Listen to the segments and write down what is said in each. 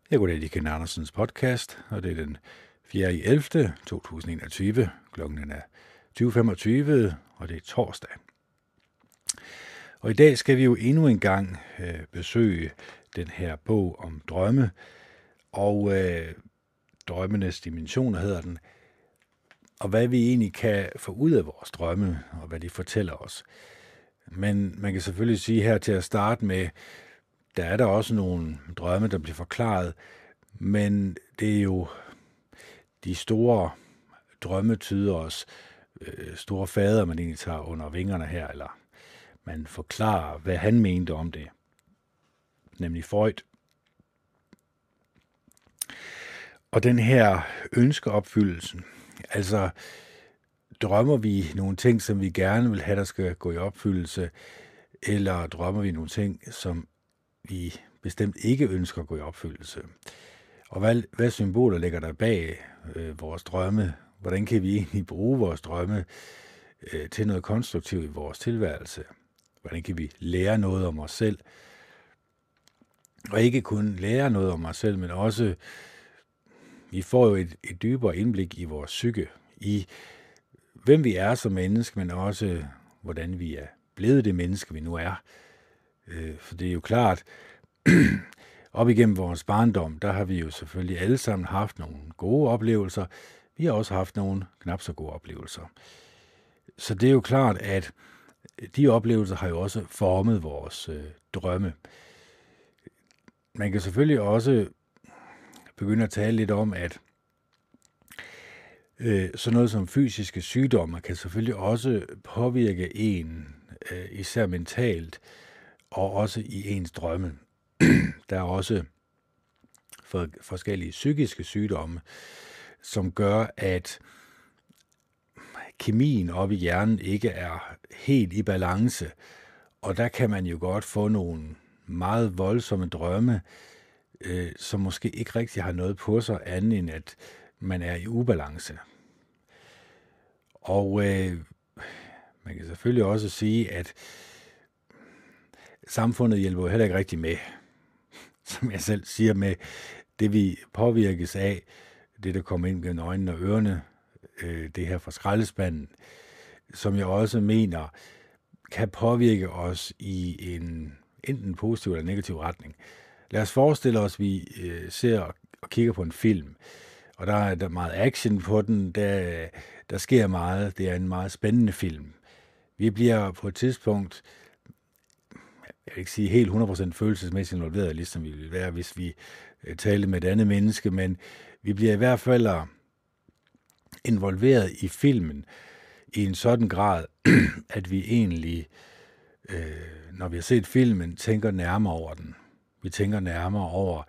Jeg går til Ken Andersens podcast, og det er den 4.11.2021. Klokken er 20.25, og det er torsdag. Og i dag skal vi jo endnu en gang besøge den her bog om drømme, og drømmenes dimensioner hedder den, og hvad vi egentlig kan få ud af vores drømme, og hvad de fortæller os. Men man kan selvfølgelig sige her til at starte med, der er der også nogle drømme, der bliver forklaret, men det er jo de store drømme tyder os store fader, man egentlig tager under vingerne her, eller man forklarer, hvad han mente om det, nemlig Freud. Og den her ønskeopfyldelsen, altså drømmer vi nogle ting, som vi gerne vil have, der skal gå i opfyldelse, eller drømmer vi nogle ting, som vi bestemt ikke ønsker at gå i opfyldelse. Og hvad symboler ligger der bag vores drømme? Hvordan kan vi egentlig bruge vores drømme til noget konstruktivt i vores tilværelse? Hvordan kan vi lære noget om os selv? Og ikke kun lære noget om os selv, men også, vi får jo et dybere indblik i vores psyke, i hvem vi er som menneske, men også hvordan vi er blevet det menneske, vi nu er. For det er jo klart, op igennem vores barndom, der har vi jo selvfølgelig alle sammen haft nogle gode oplevelser. Vi har også haft nogle knap så gode oplevelser. Så det er jo klart, at de oplevelser har jo også formet vores drømme. Man kan selvfølgelig også begynde at tale lidt om, at sådan noget som fysiske sygdomme kan selvfølgelig også påvirke en, især mentalt, og også i ens drømme. Der er også forskellige psykiske sygdomme, som gør, at kemien oppe i hjernen ikke er helt i balance. Og der kan man jo godt få nogle meget voldsomme drømme, som måske ikke rigtig har noget på sig, andet end at man er i ubalance. Og man kan selvfølgelig også sige, at samfundet hjælper jo heller ikke rigtig med, som jeg selv siger, med det vi påvirkes af, det der kommer ind gennem øjnene og ørerne, det her fra skraldespanden, som jeg også mener kan påvirke os i en enten positiv eller negativ retning. Lad os forestille os, at vi ser og kigger på en film, og der er meget action på den, der sker meget, det er en meget spændende film. Vi bliver på et tidspunkt, jeg vil ikke sige helt 100% følelsesmæssigt involveret, ligesom vi ville være, hvis vi talte med et andet menneske, men vi bliver i hvert fald involveret i filmen i en sådan grad, at vi egentlig, når vi har set filmen, tænker nærmere over den. Vi tænker nærmere over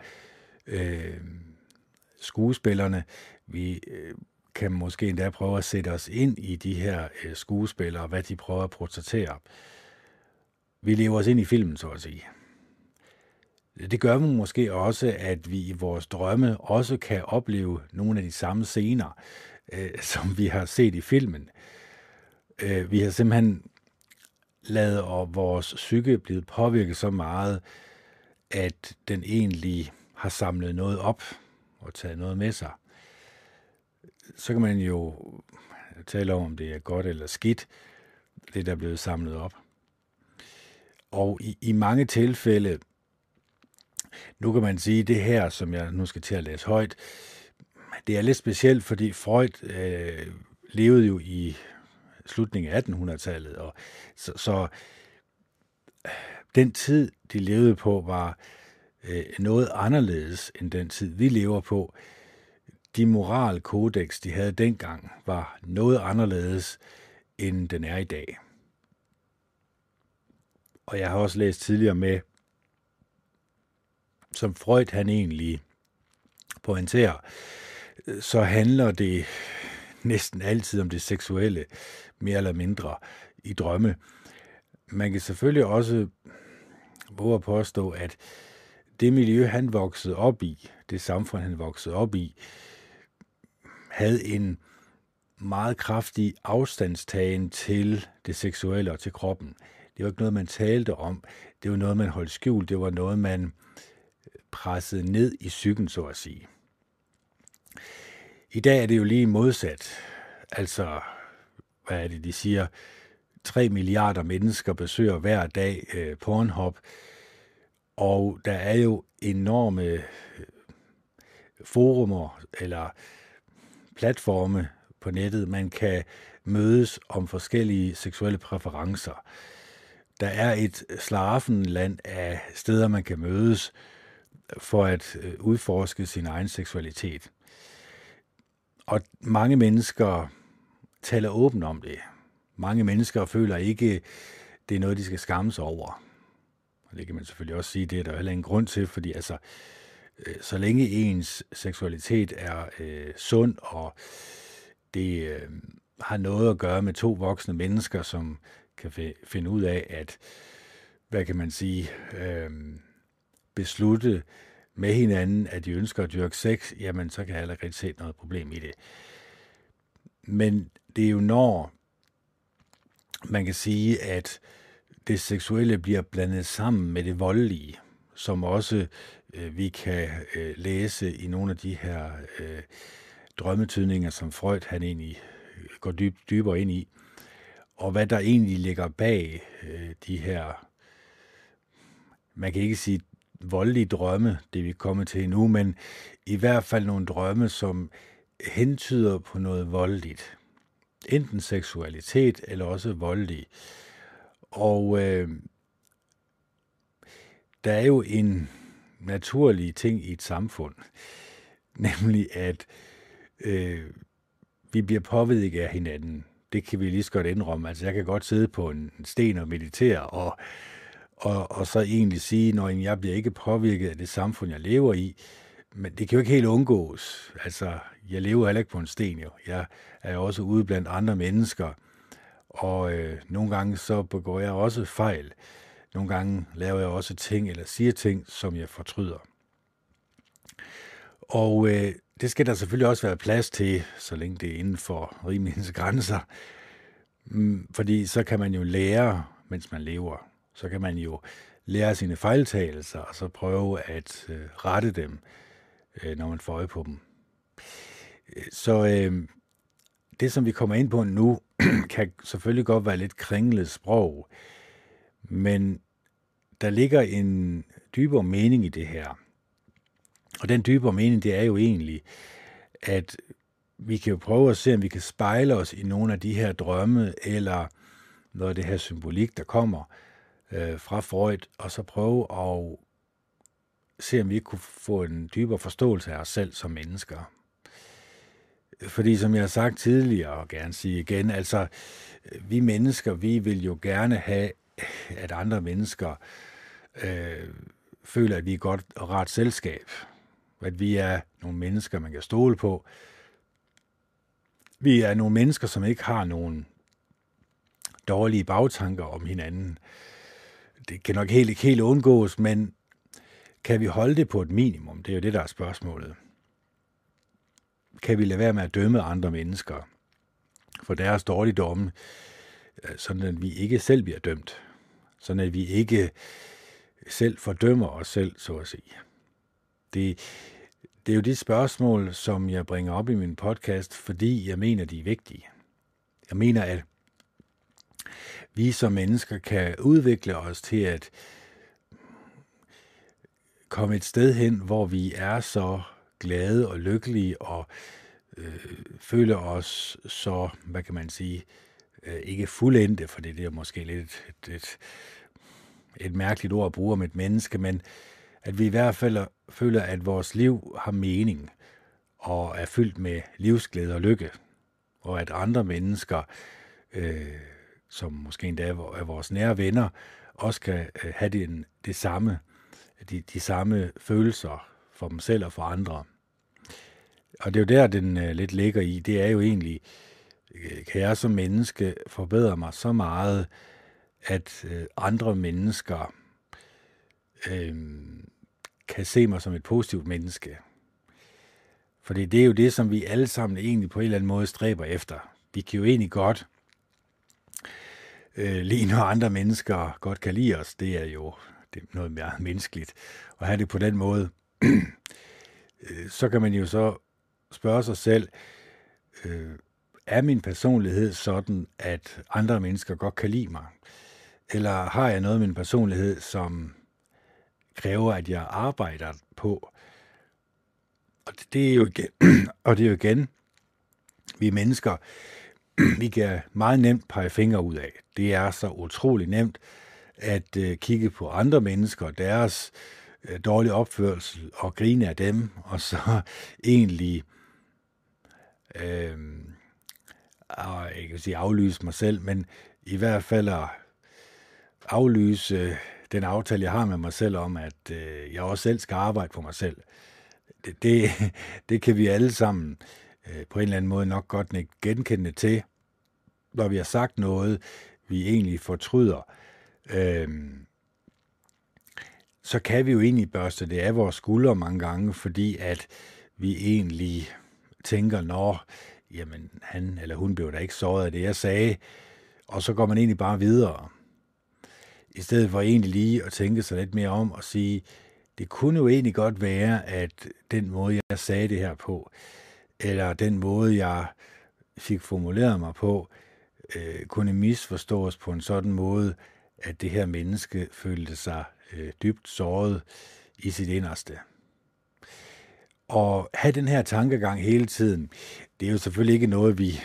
skuespillerne. Vi kan måske endda prøve at sætte os ind i de her skuespillere, hvad de prøver at portrættere. Vi lever os ind i filmen, så at sige. Det gør måske også, at vi i vores drømme også kan opleve nogle af de samme scener, som vi har set i filmen. Vi har simpelthen ladet vores psyke blive påvirket så meget, at den egentlig har samlet noget op og taget noget med sig. Så kan man jo tale om det er godt eller skidt, det der er blevet samlet op. Og i mange tilfælde, nu kan man sige, det her, som jeg nu skal til at læse højt, det er lidt specielt, fordi Freud levede jo i slutningen af 1800-tallet, og så den tid, de levede på, var noget anderledes end den tid, vi lever på. De moralkodex, de havde dengang, var noget anderledes, end den er i dag. Og jeg har også læst tidligere med, som Freud han egentlig pointerer, så handler det næsten altid om det seksuelle, mere eller mindre, i drømme. Man kan selvfølgelig også våge at påstå, at det miljø, han voksede op i, det samfund, han voksede op i, havde en meget kraftig afstandstagen til det seksuelle og til kroppen. Det var ikke noget, man talte om. Det var noget, man holdt skjult. Det var noget, man presset ned i psyken, så at sige. I dag er det jo lige modsat. Altså, hvad er det, de siger? 3 milliarder mennesker besøger hver dag Pornhub, og der er jo enorme forumer eller platforme på nettet, man kan mødes om forskellige seksuelle præferencer. Der er et slaraffenland af steder, man kan mødes for at udforske sin egen seksualitet. Og mange mennesker taler åbent om det. Mange mennesker føler ikke, det er noget, de skal skamme sig over. Og det kan man selvfølgelig også sige, det er der heller ingen grund til, fordi altså, så længe ens seksualitet er sund, og det har noget at gøre med to voksne mennesker, som kan finde ud af at, hvad kan man sige, beslutte med hinanden, at de ønsker at dyrke sex, jamen så kan jeg heller ikke rigtig se noget problem i det. Men det er jo når man kan sige, at det seksuelle bliver blandet sammen med det voldelige, som også vi kan læse i nogle af de her drømmetydninger, som Freud han egentlig går dybere ind i, og hvad der egentlig ligger bag de her, man kan ikke sige voldelige drømme, det vi er kommet til nu, men i hvert fald nogle drømme, som hentyder på noget voldeligt. Enten seksualitet, eller også voldelig. Og der er jo en naturlig ting i et samfund, nemlig at vi bliver påvirket af hinanden. Det kan vi lige så godt indrømme. Altså jeg kan godt sidde på en sten og meditere, og så egentlig sige, når jeg bliver ikke påvirket af det samfund, jeg lever i, men det kan jo ikke helt undgås. Altså, jeg lever heller ikke på en sten jo. Jeg er jo også ude blandt andre mennesker, og nogle gange så begår jeg også fejl. Nogle gange laver jeg også ting, eller siger ting, som jeg fortryder. Og det skal der selvfølgelig også være plads til, så længe det er inden for rimelighedens grænser. Fordi så kan man jo lære, mens man lever. Så kan man jo lære sine fejltagelser, og så prøve at rette dem, når man får øje på dem. Så det, som vi kommer ind på nu, kan selvfølgelig godt være lidt kringlet sprog, men der ligger en dybere mening i det her. Og den dybere mening, det er jo egentlig, at vi kan jo prøve at se, om vi kan spejle os i nogle af de her drømme, eller noget af det her symbolik, der kommer fra Freud, og så prøve at se, om vi ikke kunne få en dybere forståelse af os selv som mennesker. Fordi som jeg har sagt tidligere, og gerne sige igen, altså vi mennesker, vi vil jo gerne have, at andre mennesker føler, at vi er godt og ret selskab. At vi er nogle mennesker, man kan stole på. Vi er nogle mennesker, som ikke har nogen dårlige bagtanker om hinanden. Det kan nok ikke helt undgås, men kan vi holde det på et minimum? Det er jo det, der er spørgsmålet. Kan vi lade være med at dømme andre mennesker for deres dårligdomme, sådan at vi ikke selv bliver dømt? Sådan at vi ikke selv fordømmer os selv, så at sige. Det er jo de spørgsmål, som jeg bringer op i min podcast, fordi jeg mener, de er vigtige. Jeg mener, at vi som mennesker kan udvikle os til at komme et sted hen, hvor vi er så glade og lykkelige og føler os så, hvad kan man sige, ikke fuldendte, for det er måske lidt et mærkeligt ord at bruge om et menneske, men at vi i hvert fald føler, at vores liv har mening og er fyldt med livsglæde og lykke, og at andre mennesker, som måske endda er vores nære venner, også kan have det samme, de samme følelser for dem selv og for andre. Og det er jo der, den lidt ligger i. Det er jo egentlig, kan jeg som menneske forbedre mig så meget, at andre mennesker kan se mig som et positivt menneske. Fordi det er jo det, som vi alle sammen egentlig på en eller anden måde stræber efter. Vi kan jo egentlig godt lide, når andre mennesker godt kan lide os. Det er jo det er noget mere menneskeligt at have det på den måde. Så kan man jo så spørge sig selv, er min personlighed sådan, at andre mennesker godt kan lide mig? Eller har jeg noget af min personlighed, som kræver, at jeg arbejder på? Og det er jo igen, vi mennesker, vi kan meget nemt pege fingre ud af. Det er så utrolig nemt at kigge på andre mennesker, deres dårlige opførsel, og grine af dem, og så egentlig jeg kan sige aflyse mig selv, men i hvert fald at aflyse den aftale, jeg har med mig selv om, at jeg også selv skal arbejde for mig selv. Det kan vi alle sammen på en eller anden måde nok godt genkende til, når vi har sagt noget, vi egentlig fortryder. Så kan vi jo egentlig børste det af vores skuldre mange gange, fordi at vi egentlig tænker, jamen han eller hun blev da ikke såret af det, jeg sagde, og så går man egentlig bare videre. I stedet for egentlig lige at tænke sig lidt mere om og sige, det kunne jo egentlig godt være, at den måde, jeg sagde det her på, eller den måde, jeg fik formuleret mig på, kunne misforstås på en sådan måde, at det her menneske følte sig dybt såret i sit inderste. Og have den her tankegang hele tiden, det er jo selvfølgelig ikke noget, vi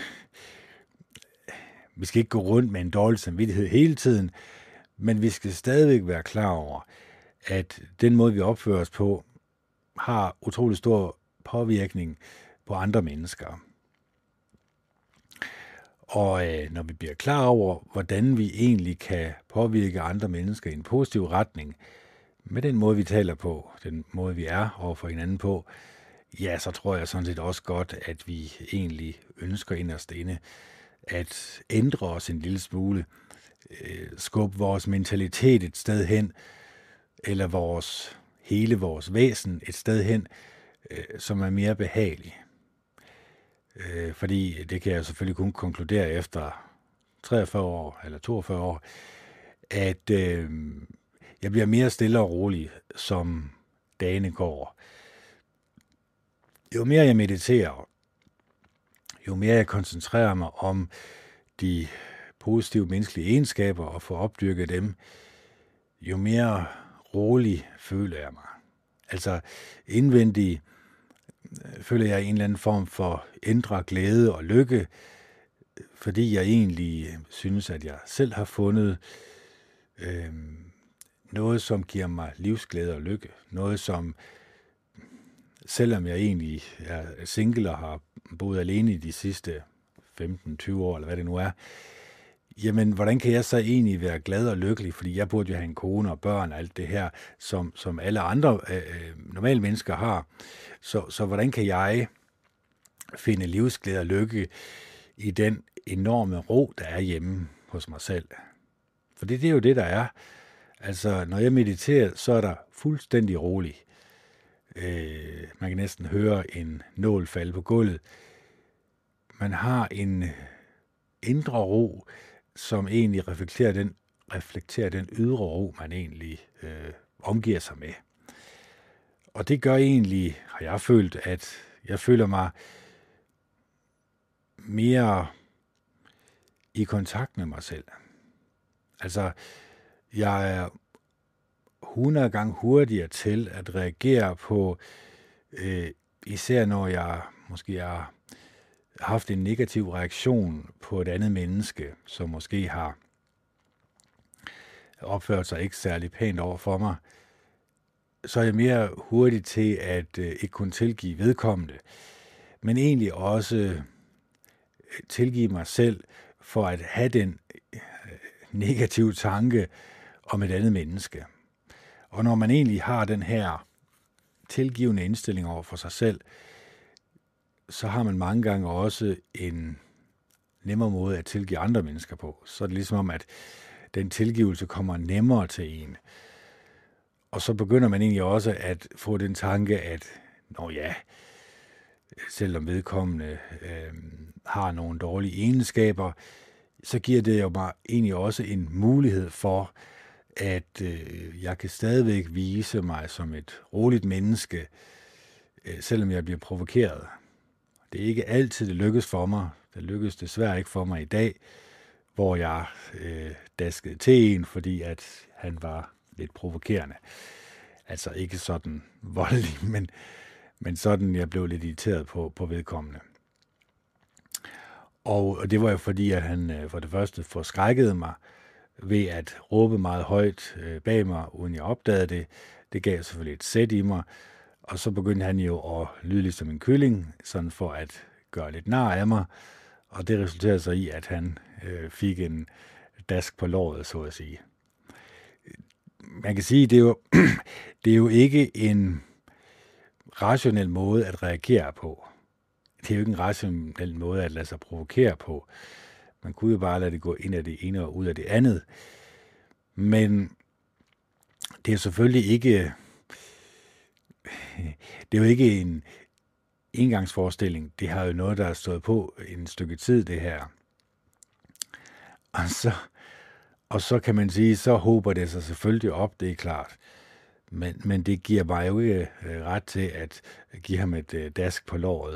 skal ikke gå rundt med en dårlig samvittighed hele tiden, men vi skal stadigvæk være klar over, at den måde, vi opfører os på, har utrolig stor påvirkning på andre mennesker. Og når vi bliver klar over, hvordan vi egentlig kan påvirke andre mennesker i en positiv retning, med den måde, vi taler på, den måde, vi er over for hinanden på, ja, så tror jeg sådan set også godt, at vi egentlig ønsker inderst inde at ændre os en lille smule, skubbe vores mentalitet et sted hen, eller hele vores væsen et sted hen, som er mere behagelig. Fordi det kan jeg selvfølgelig kun konkludere efter 43 år eller 42 år, at jeg bliver mere stille og rolig, som dagene går. Jo mere jeg mediterer, jo mere jeg koncentrerer mig om de positive menneskelige egenskaber og får opdyrket dem, jo mere rolig føler jeg mig. Altså indvendigt føler jeg en eller anden form for indre glæde og lykke, fordi jeg egentlig synes, at jeg selv har fundet noget, som giver mig livsglæde og lykke. Noget, som, selvom jeg egentlig er single og har boet alene i de sidste 15-20 år, eller hvad det nu er, jamen, hvordan kan jeg så egentlig være glad og lykkelig? Fordi jeg burde jo have en kone og børn og alt det her, som alle andre normale mennesker har. Så hvordan kan jeg finde livsglæde og lykke i den enorme ro, der er hjemme hos mig selv? For det er jo det, der er. Altså, når jeg mediterer, så er der fuldstændig roligt. Man kan næsten høre en nål falde på gulvet. Man har en indre ro, som egentlig reflekterer den ydre ro, man egentlig omgiver sig med. Og det gør egentlig, har jeg følt, at jeg føler mig mere i kontakt med mig selv. Altså, jeg er 100 gange hurtigere til at reagere på, især når jeg måske har haft en negativ reaktion på et andet menneske, som måske har opført sig ikke særlig pænt over for mig, så er jeg mere hurtig til at ikke kun tilgive vedkommende, men egentlig også tilgive mig selv for at have den negative tanke om et andet menneske. Og når man egentlig har den her tilgivende indstilling over for sig selv, så har man mange gange også en nemmere måde at tilgive andre mennesker på. Så er det ligesom om, at den tilgivelse kommer nemmere til en. Og så begynder man egentlig også at få den tanke, at selvom vedkommende har nogle dårlige egenskaber, så giver det jo mig egentlig også en mulighed for at jeg kan stadigvæk vise mig som et roligt menneske, selvom jeg bliver provokeret. Det er ikke altid, det lykkes for mig. Det lykkes desværre ikke for mig i dag, hvor jeg daskede til en, fordi at han var lidt provokerende. Altså ikke sådan voldelig, men sådan, jeg blev lidt irriteret på vedkommende. Og det var jo fordi, at han for det første forskrækkede mig ved at råbe meget højt bag mig, uden jeg opdagede det. Det gav selvfølgelig et sæt i mig, og så begyndte han jo at lyde lidt som en kylling, sådan for at gøre lidt nar af mig, og det resulterede så i, at han fik en dask på låret, så at sige. Man kan sige, det er jo ikke en rationel måde at reagere på. Det er jo ikke en rationel måde at lade sig provokere på. Man kunne jo bare lade det gå ind af det ene og ud af det andet. Men det er selvfølgelig ikke... Det er jo ikke en engangsforestilling. Det har jo noget, der er stået på en stykke tid, det her. Og så kan man sige, så håber det sig selvfølgelig op, det er klart. Men det giver mig jo ikke ret til at give ham et dask på låret.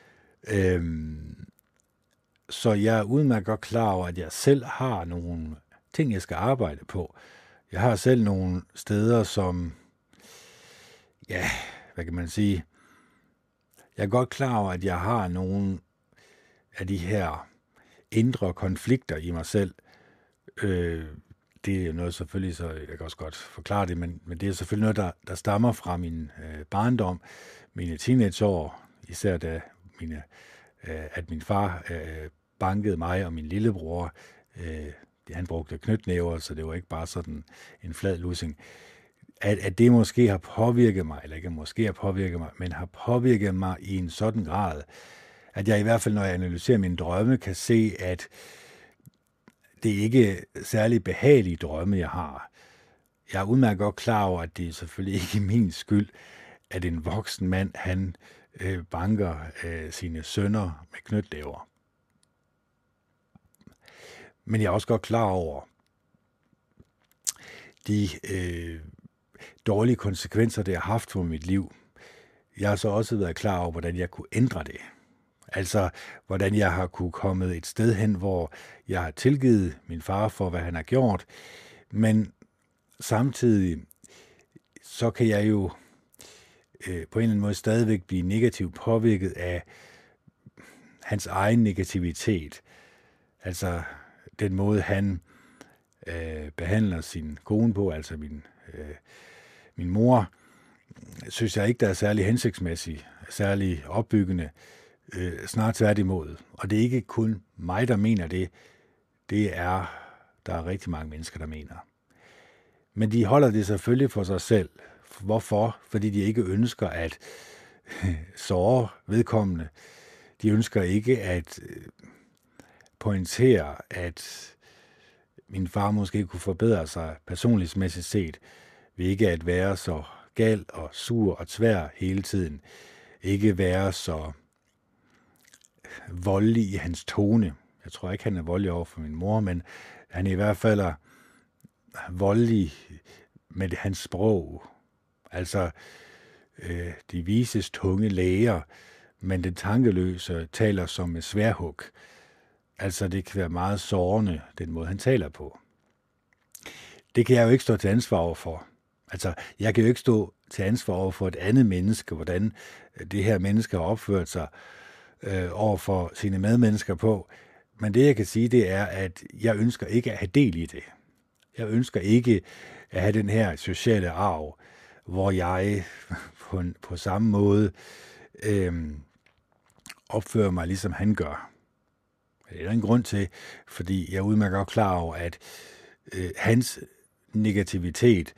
Så jeg er udmærket godt klar over, at jeg selv har nogle ting, jeg skal arbejde på. Jeg har selv nogle steder, som, ja, hvad kan man sige? Jeg er godt klar over, at jeg har nogle af de her indre konflikter i mig selv. Det er jo noget selvfølgelig, så jeg kan også godt forklare det, men det er selvfølgelig noget, der stammer fra min barndom, mine teenageår, især da at min far bankede mig og min lillebror. Han brugte knytnæver, så det var ikke bare sådan en flad lussing. At det måske har påvirket mig, eller ikke måske har påvirket mig, men har påvirket mig i en sådan grad, at jeg i hvert fald, når jeg analyserer mine drømme, kan se, at det ikke er særlig behagelige drømme, jeg har. Jeg er udmærket godt klar over, at det er selvfølgelig ikke min skyld, at en voksen mand, han banker sine sønner med knytnæver. Men jeg er også godt klar over de dårlige konsekvenser, det har haft for mit liv. Jeg har så også været klar over, hvordan jeg kunne ændre det. Altså, hvordan jeg har kunne komme et sted hen, hvor jeg har tilgivet min far for, hvad han har gjort. Men samtidig, så kan jeg jo på en eller anden måde stadigvæk blive negativt påvirket af hans egen negativitet. Altså, den måde, han behandler sin kone på, altså min mor, synes jeg ikke, der er særlig hensigtsmæssig, særlig opbyggende, snart tværtimod. Og det er ikke kun mig, der mener det. Der er rigtig mange mennesker, der mener. Men de holder det selvfølgelig for sig selv. Hvorfor? Fordi de ikke ønsker at såre vedkommende. De ønsker ikke at pointere, at min far måske kunne forbedre sig personlighedsmæssigt set, ved ikke at være så gal og sur og tvær hele tiden. Ikke være så voldelig i hans tone. Jeg tror ikke, han er voldelig over for min mor, men han er i hvert fald voldelig med hans sprog. Altså, de vises tunge læger, men den tankeløse taler som med sværhug. Altså, det kan være meget sårende, den måde, han taler på. Det kan jeg jo ikke stå til ansvar over for. Altså, jeg kan jo ikke stå til ansvar over for et andet menneske, hvordan det her menneske har opført sig over for sine medmennesker på. Men det, jeg kan sige, det er, at jeg ønsker ikke at have del i det. Jeg ønsker ikke at have den her sociale arv, hvor jeg på samme måde opfører mig, ligesom han gør. Det er der en grund til, fordi jeg er udmærket godt klar over, at hans negativitet,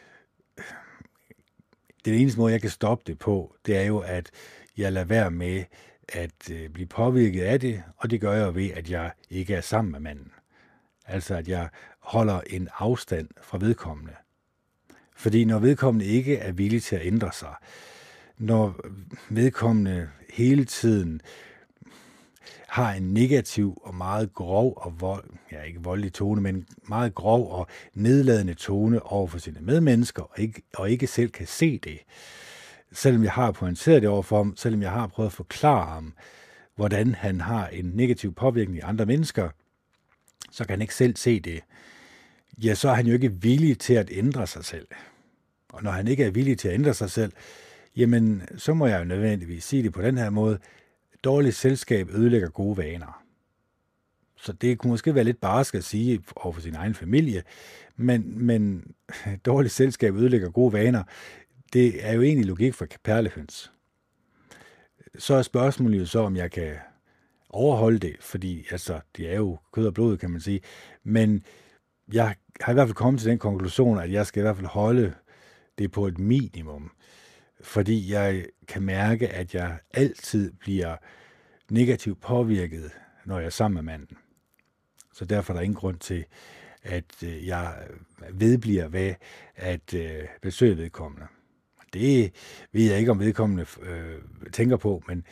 den eneste måde, jeg kan stoppe det på, det er jo, at jeg lader være med at blive påvirket af det, og det gør jeg ved, at jeg ikke er sammen med manden. Altså, at jeg holder en afstand fra vedkommende. Fordi når vedkommende ikke er villig til at ændre sig, når vedkommende hele tiden har en negativ og meget grov og ikke voldelig tone, men meget grov og nedladende tone over for sine medmennesker, og ikke selv kan se det. Selvom jeg har pointeret det over for ham, selvom jeg har prøvet at forklare ham, hvordan han har en negativ påvirkning i andre mennesker, så kan han ikke selv se det. Ja, så er han jo ikke villig til at ændre sig selv. Og når han ikke er villig til at ændre sig selv, jamen, så må jeg jo nødvendigvis sige det på den her måde. Dårligt selskab ødelægger gode vaner. Så det kunne måske være lidt barsk at sige over for sin egen familie, men dårligt selskab ødelægger gode vaner, det er jo egentlig logik for perlehøns. Så er spørgsmålet jo så, om jeg kan overholde det, fordi altså, det er jo kød og blod, kan man sige. Men jeg har i hvert fald kommet til den konklusion, at jeg skal i hvert fald holde det på et minimum, fordi jeg kan mærke, at jeg altid bliver negativt påvirket, når jeg er sammen med manden. Så derfor er der ingen grund til, at jeg vedbliver ved at besøge vedkommende. Det ved jeg ikke, om vedkommende tænker på, men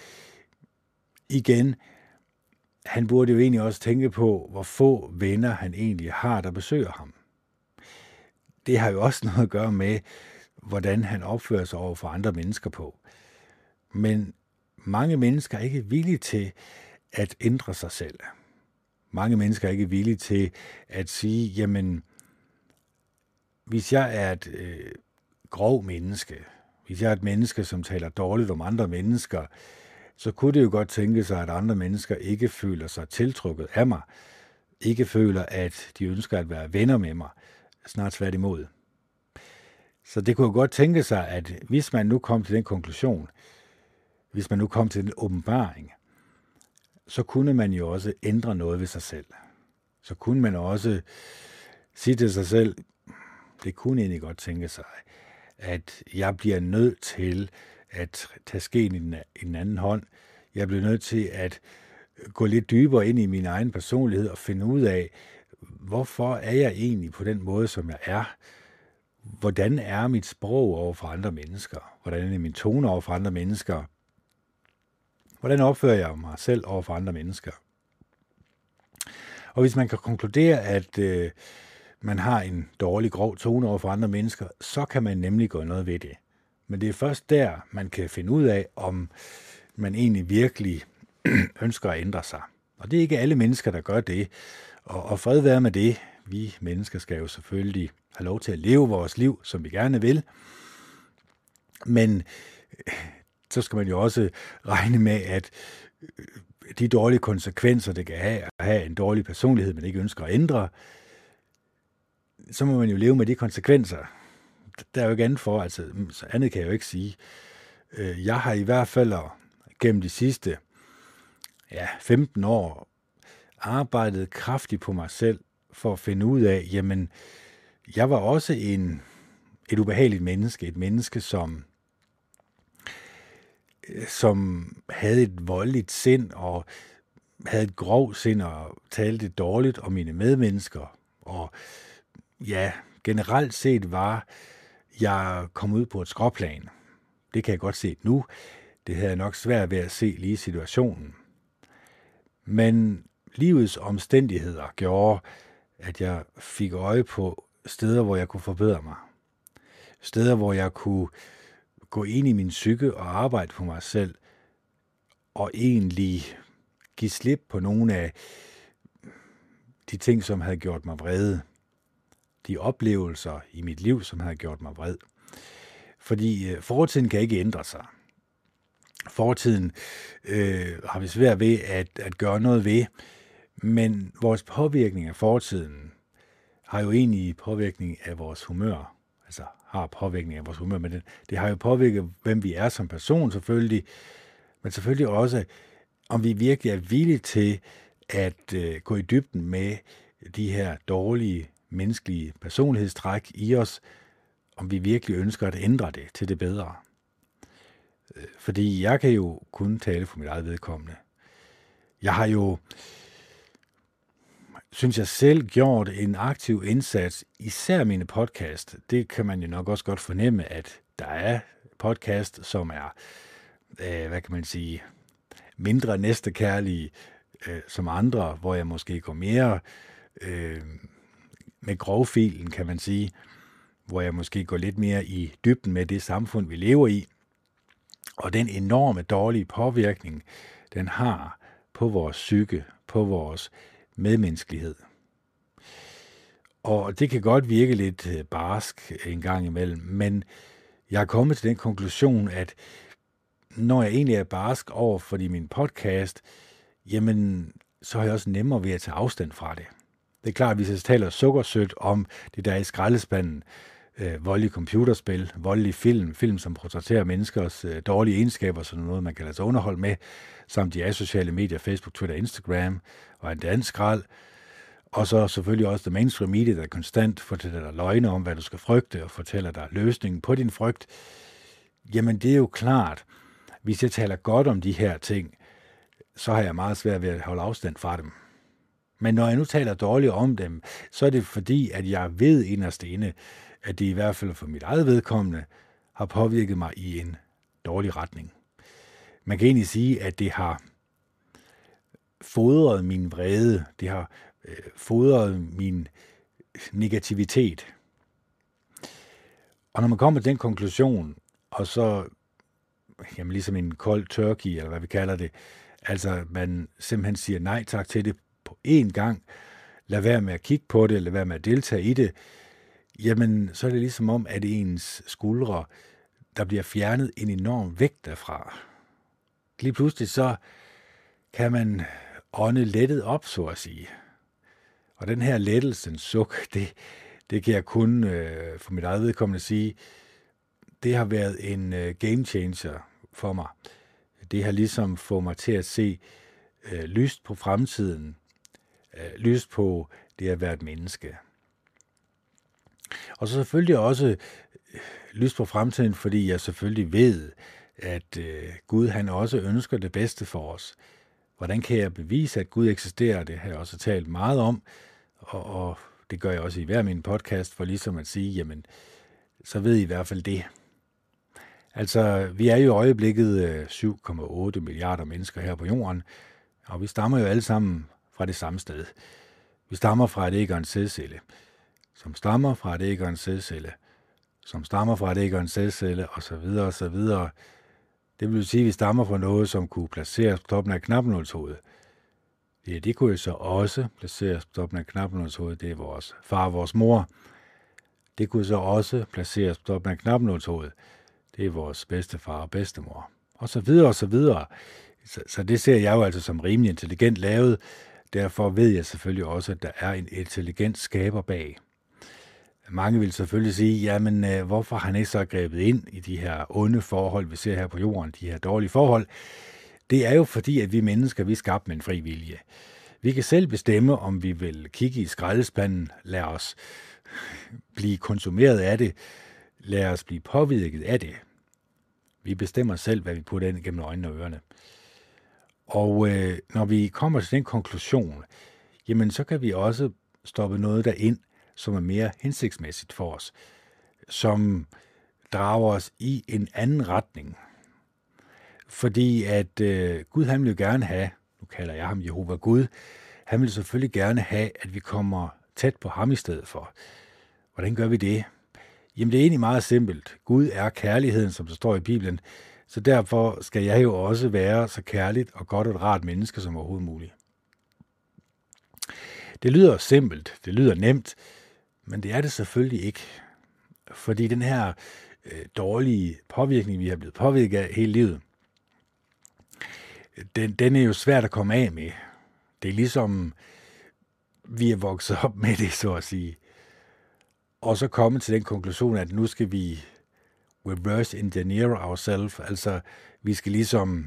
igen, han burde jo egentlig også tænke på, hvor få venner han egentlig har, der besøger ham. Det har jo også noget at gøre med, hvordan han opfører sig over for andre mennesker på. Men mange mennesker er ikke villige til at ændre sig selv. Mange mennesker er ikke villige til at sige, jamen, hvis jeg er et grov menneske, hvis jeg er et menneske, som taler dårligt om andre mennesker, så kunne det jo godt tænke sig, at andre mennesker ikke føler sig tiltrukket af mig, ikke føler, at de ønsker at være venner med mig, snart tværtimod. Så det kunne jo godt tænke sig, at hvis man nu kom til den konklusion, hvis man nu kom til den åbenbaring, så kunne man jo også ændre noget ved sig selv. Så kunne man også sige til sig selv, det kunne egentlig godt tænke sig, at jeg bliver nødt til at tage skeen i den anden hånd. Jeg bliver nødt til at gå lidt dybere ind i min egen personlighed og finde ud af, hvorfor er jeg egentlig på den måde, som jeg er? Hvordan er mit sprog over for andre mennesker? Hvordan er min tone over for andre mennesker? Hvordan opfører jeg mig selv over for andre mennesker? Og hvis man kan konkludere, at man har en dårlig, grov tone over for andre mennesker, så kan man nemlig gøre noget ved det. Men det er først der, man kan finde ud af, om man egentlig virkelig ønsker at ændre sig. Og det er ikke alle mennesker, der gør det. Og fred være med det. Vi mennesker skal jo selvfølgelig have lov til at leve vores liv, som vi gerne vil. Men så skal man jo også regne med, at de dårlige konsekvenser, det kan have at have en dårlig personlighed, man ikke ønsker at ændre, så må man jo leve med de konsekvenser. Der er jo ikke andet for, altså andet kan jeg jo ikke sige. Jeg har i hvert fald gennem de sidste 15 år arbejdet kraftigt på mig selv for at finde ud af, jamen, jeg var også et ubehageligt menneske, et menneske, som havde et voldeligt sind og havde et grov sind og talte dårligt om mine medmennesker. Og ja, generelt set var jeg kom ud på et skråplan. Det kan jeg godt se nu. Det havde jeg nok svært ved at se lige situationen. Men livets omstændigheder gjorde, at jeg fik øje på steder, hvor jeg kunne forbedre mig. Steder, hvor jeg kunne gå ind i min psyke og arbejde på mig selv, og egentlig give slip på nogle af de ting, som havde gjort mig vrede. De oplevelser i mit liv, som havde gjort mig vred. Fordi fortiden kan ikke ændre sig. Fortiden har vi svært ved at gøre noget ved, men vores påvirkning af fortiden har jo egentlig påvirkning af vores humør. Altså har påvirkning af vores humør, men det har jo påvirket, hvem vi er som person selvfølgelig, men selvfølgelig også, om vi virkelig er villige til at gå i dybden med de her dårlige menneskelige personlighedstræk i os, om vi virkelig ønsker at ændre det til det bedre. Fordi jeg kan jo kun tale for mit eget vedkommende. Jeg har jo, synes jeg selv, gjort en aktiv indsats, især mine podcast. Det kan man jo nok også godt fornemme, at der er podcast, som er, hvad kan man sige, mindre næstekærlige som andre, hvor jeg måske går mere med grovfilen, kan man sige, hvor jeg måske går lidt mere i dybden med det samfund, vi lever i, og den enorme dårlige påvirkning, den har på vores psyke, på vores medmenneskelighed. Og det kan godt virke lidt barsk en gang imellem, men jeg er kommet til den konklusion, at når jeg egentlig er barsk over for min podcast, jamen, så har jeg også nemmere ved at tage afstand fra det. Det er klart, at hvis jeg taler sukkersødt om det der i skraldespanden, voldelige computerspil, voldelige film, som portrætterer menneskers dårlige egenskaber, sådan noget, man kan lade sig underholde med, samt de asociale medier, Facebook, Twitter, Instagram, og en dansk skrald, og så selvfølgelig også det mainstream media, der konstant fortæller dig løgne om, hvad du skal frygte, og fortæller dig løsningen på din frygt. Jamen, det er jo klart, hvis jeg taler godt om de her ting, så har jeg meget svært ved at holde afstand fra dem. Men når jeg nu taler dårligt om dem, så er det fordi, at jeg ved inderst inde, at det i hvert fald for mit eget vedkommende har påvirket mig i en dårlig retning. Man kan egentlig sige, at det har fodret min vrede, det har fodret min negativitet. Og når man kommer til den konklusion, og så, jamen ligesom en kold turkey, eller hvad vi kalder det, altså man simpelthen siger nej tak til det på én gang, lad være med at kigge på det, lad være med at deltage i det, jamen så er det ligesom om, at ens skuldre, der bliver fjernet en enorm vægt derfra. Lige pludselig så kan man ånde lettet op, så at sige. Og den her lettelsens suk, det kan jeg kun for mit eget vedkommende sige, det har været en game changer for mig. Det har ligesom fået mig til at se lyst på fremtiden, lyst på det at være et menneske. Og så selvfølgelig også lyst på fremtiden, fordi jeg selvfølgelig ved, at Gud han også ønsker det bedste for os. Hvordan kan jeg bevise, at Gud eksisterer? Det har jeg også talt meget om, og det gør jeg også i hver min podcast, for ligesom at sige, jamen, så ved I hvert fald det. Altså, vi er jo i øjeblikket 7,8 milliarder mennesker her på jorden, og vi stammer jo alle sammen fra det samme sted. Vi stammer fra et æg og en sædcelle, som stammer fra et æg og en sædcelle, som stammer fra et æg og en sædcelle, osv. osv. Det vil sige, at vi stammer fra noget, som kunne placeres på toppen af knappenålshovedet. Ja, det kunne jo så også placeres på toppen af knappenålshovedet. Det er vores far og vores mor. Det kunne så også placeres på toppen af knappenålshovedet. Det er vores bedstefar og bedstemor. Og så videre og så videre. Så det ser jeg jo altså som rimelig intelligent lavet. Derfor ved jeg selvfølgelig også, at der er en intelligent skaber bag. Mange vil selvfølgelig sige, jamen hvorfor har han ikke så grebet ind i de her onde forhold, vi ser her på jorden, de her dårlige forhold? Det er jo fordi, at vi mennesker, vi er skabt med en fri vilje. Vi kan selv bestemme, om vi vil kigge i skraldespanden, lad os blive konsumeret af det, lad os blive påvirket af det. Vi bestemmer selv, hvad vi putter ind gennem øjnene og ørerne. Og når vi kommer til den konklusion, jamen så kan vi også stoppe noget derind, som er mere hensigtsmæssigt for os, som drager os i en anden retning. Fordi at Gud, han vil jo gerne have, nu kalder jeg ham Jehova Gud, han vil selvfølgelig gerne have, at vi kommer tæt på ham i stedet for. Hvordan gør vi det? Jamen det er egentlig meget simpelt. Gud er kærligheden, som der står i Bibelen, så derfor skal jeg jo også være så kærligt og godt og et rart menneske som overhovedet muligt. Det lyder simpelt, det lyder nemt, men det er det selvfølgelig ikke. Fordi den her dårlige påvirkning, vi har blevet påvirket af hele livet, den er jo svært at komme af med. Det er ligesom, vi er vokset op med det, så at sige. Og så komme til den konklusion, at nu skal vi reverse engineer ourselves, altså vi skal ligesom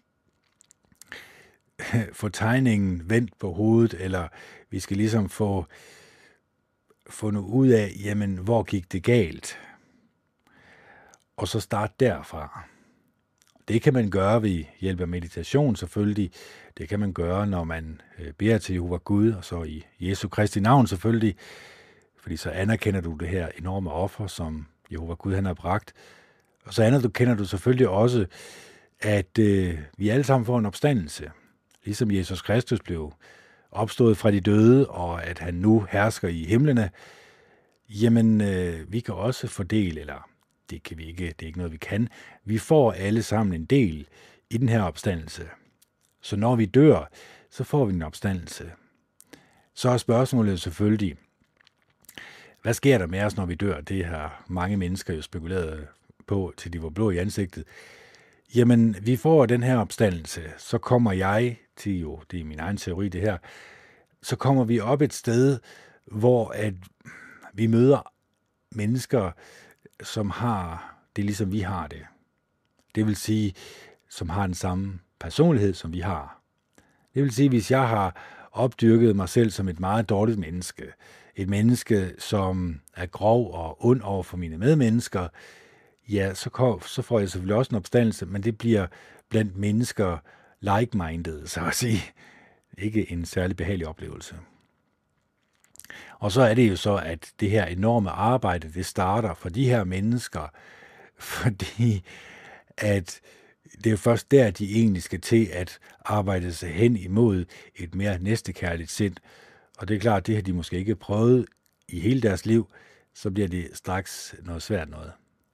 få tegningen vendt på hovedet, eller vi skal ligesom få fundet ud af, jamen, hvor gik det galt? Og så starte derfra. Det kan man gøre ved hjælp af meditation selvfølgelig. Det kan man gøre, når man beder til Jehova Gud, og så i Jesu Kristi navn selvfølgelig. Fordi så anerkender du det her enorme offer, som Jehova Gud han har bragt. Og så anerkender du selvfølgelig også, at vi alle sammen får en opstandelse, ligesom Jesus Kristus blev opstået fra de døde, og at han nu hersker i himlene. Jamen, vi kan også fordele, eller det kan vi ikke, det er ikke noget, vi kan. Vi får alle sammen en del i den her opstandelse. Så når vi dør, så får vi en opstandelse. Så er spørgsmålet selvfølgelig, hvad sker der med os, når vi dør? Det har mange mennesker jo spekuleret på, til de var blå i ansigtet. Jamen, vi får den her opstandelse, så kommer jeg til, jo, det er min egen teori det her, så kommer vi op et sted, hvor at vi møder mennesker, som har det, ligesom vi har det. Det vil sige, som har den samme personlighed, som vi har. Det vil sige, hvis jeg har opdyrket mig selv som et meget dårligt menneske, et menneske, som er grov og ond over for mine medmennesker, ja, så får jeg selvfølgelig også en opstandelse, men det bliver blandt mennesker like-minded, så at sige. Ikke en særlig behagelig oplevelse. Og så er det jo så, at det her enorme arbejde, det starter for de her mennesker, fordi at det er først der, de egentlig skal til at arbejde sig hen imod et mere næstekærligt sind. Og det er klart, at det har de måske ikke prøvet i hele deres liv, så bliver det straks noget svært noget.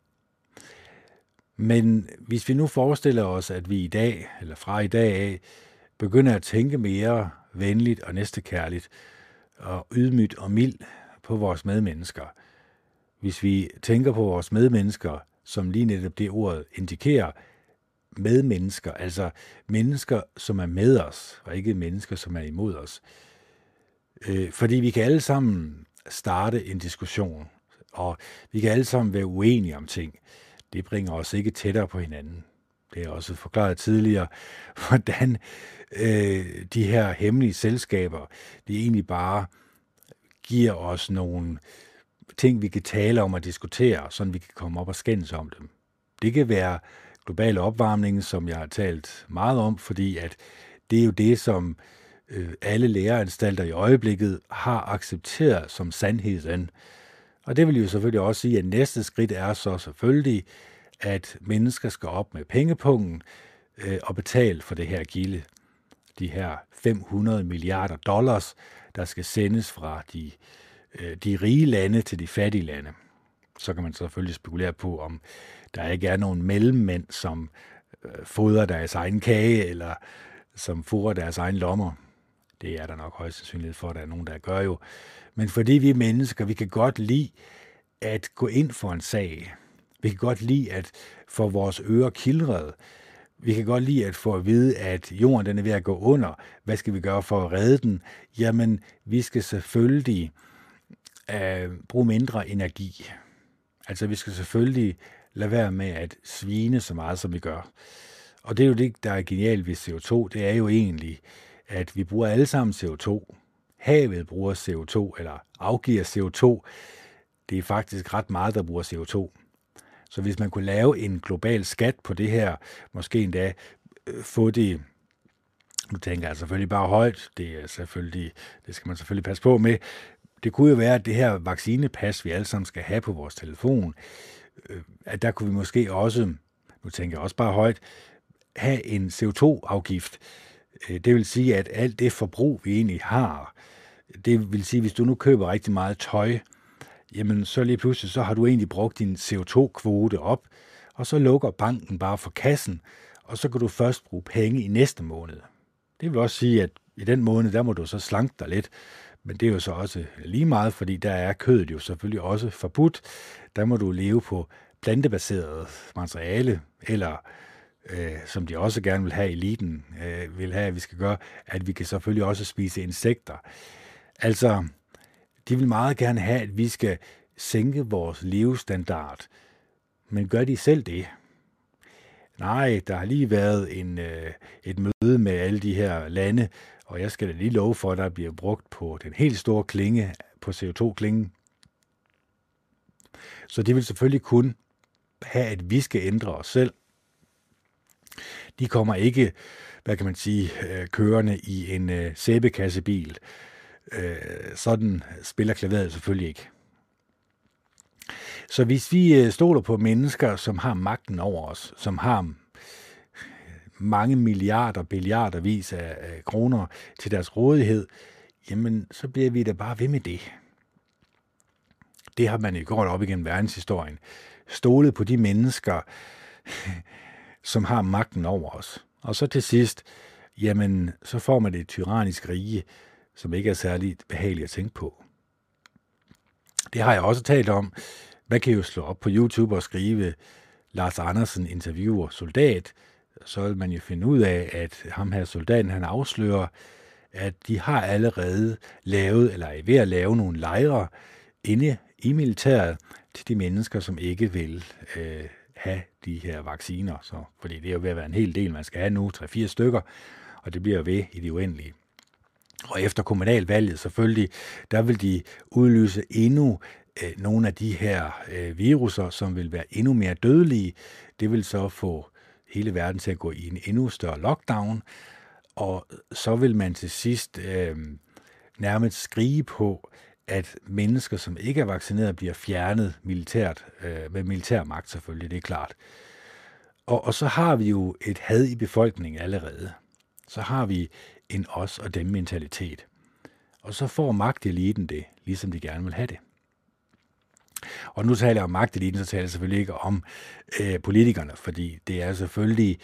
Men hvis vi nu forestiller os, at vi i dag, eller fra i dag af, begynder at tænke mere venligt og næstekærligt, og ydmygt og mild på vores medmennesker. Hvis vi tænker på vores medmennesker, som lige netop det ordet indikerer, medmennesker, altså mennesker, som er med os, og ikke mennesker, som er imod os. Fordi vi kan alle sammen starte en diskussion, og vi kan alle sammen være uenige om ting. Det bringer os ikke tættere på hinanden. Det er også forklaret tidligere, hvordan de her hemmelige selskaber, de egentlig bare giver os nogle ting, vi kan tale om og diskutere, så vi kan komme op og skændes om dem. Det kan være global opvarmning, som jeg har talt meget om, fordi at det er jo det, som alle læreanstalter i øjeblikket har accepteret som sandheden. Og det vil jo selvfølgelig også sige, at næste skridt er så selvfølgelig, at mennesker skal op med pengepungen og betale for det her gilde. De her 500 milliarder dollars, der skal sendes fra de rige lande til de fattige lande. Så kan man selvfølgelig spekulere på, om der ikke er nogen mellemmænd, som fodrer deres egen kage, eller som fodrer deres egen lommer. Det er der nok højst sandsynlighed for, at der er nogen, der gør jo. Men fordi vi er mennesker, vi kan godt lide at gå ind for en sag. Vi kan godt lide at få vores ører kildret. Vi kan godt lide at få at vide, at jorden den er ved at gå under. Hvad skal vi gøre for at redde den? Jamen, vi skal selvfølgelig bruge mindre energi. Altså, vi skal selvfølgelig lade være med at svine så meget, som vi gør. Og det er jo det, der er genialt ved CO2. Det er jo egentlig, at vi bruger alle sammen CO2. Havet bruger CO2, eller afgiver CO2. Det er faktisk ret meget, der bruger CO2. Så hvis man kunne lave en global skat på det her, måske endda få det, nu tænker jeg selvfølgelig bare højt, det skal man selvfølgelig passe på med. Det kunne jo være, at det her vaccinepas, vi alle sammen skal have på vores telefon, at der kunne vi måske også, nu tænker jeg også bare højt, have en CO2-afgift. Det vil sige, at alt det forbrug, vi egentlig har, det vil sige, at hvis du nu køber rigtig meget tøj, jamen så lige pludselig, så har du egentlig brugt din CO2-kvote op, og så lukker banken bare for kassen, og så kan du først bruge penge i næste måned. Det vil også sige, at i den måned, der må du så slanke dig lidt, men det er jo så også lige meget, fordi der er kødet jo selvfølgelig også forbudt. Der må du leve på plantebaseret materiale, eller som de også gerne vil have eliten, vil have, at vi skal gøre, at vi kan selvfølgelig også spise insekter. Altså, de vil meget gerne have, at vi skal sænke vores levestandard. Men gør de selv det? Nej, der har lige været et møde med alle de her lande, og jeg skal da lige love for, at der bliver brugt på den helt store klinge, på CO2-klingen. Så de vil selvfølgelig kun have, at vi skal ændre os selv. De kommer ikke, hvad kan man sige, kørende i en sæbekassebil. Sådan spiller klaveret selvfølgelig ikke. Så hvis vi stoler på mennesker, som har magten over os, som har mange billiarder vis af kroner til deres rådighed, jamen så bliver vi da bare ved med det. Det har man jo gjort op igennem verdenshistorien. Stolet på de mennesker, som har magten over os. Og så til sidst, jamen så får man et tyrannisk rige, som ikke er særlig behageligt at tænke på. Det har jeg også talt om. Man kan jo slå op på YouTube og skrive Lars Andersen interviewer soldat. Så vil man jo finde ud af, at ham her soldaten, han afslører, at de har allerede lavet, eller er ved at lave nogle lejre inde i militæret til de mennesker, som ikke vil have de her vacciner. Så, fordi det er jo ved at være en hel del, man skal have nu, 3-4 stykker, og det bliver ved i det uendelige. Og efter kommunalvalget selvfølgelig, der vil de udløse endnu nogle af de her viruser, som vil være endnu mere dødelige. Det vil så få hele verden til at gå i en endnu større lockdown, og så vil man til sidst nærmest skrige på, at mennesker, som ikke er vaccineret, bliver fjernet militært, med militær magt selvfølgelig, det er klart. Og så har vi jo et had i befolkningen allerede. Så har vi en os og dem mentalitet. Og så får magteliten det, ligesom de gerne vil have det. Og nu taler jeg om magteliten, så taler jeg selvfølgelig ikke om politikerne, fordi det er selvfølgelig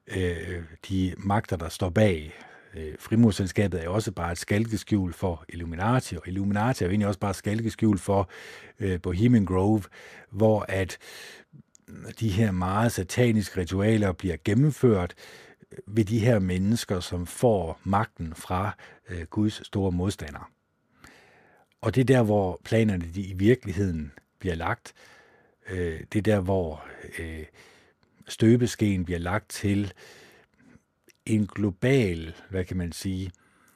de magter, der står bag. Frimurselskabet er jo også bare et skalkeskjul for Illuminati, og Illuminati er jo egentlig også bare et skalkeskjul for Bohemian Grove, hvor at de her meget sataniske ritualer bliver gennemført ved de her mennesker, som får magten fra Guds store modstandere. Og det er der, hvor planerne de i virkeligheden bliver lagt. Det er der, hvor støbeskeen bliver lagt til en global, hvad kan man sige,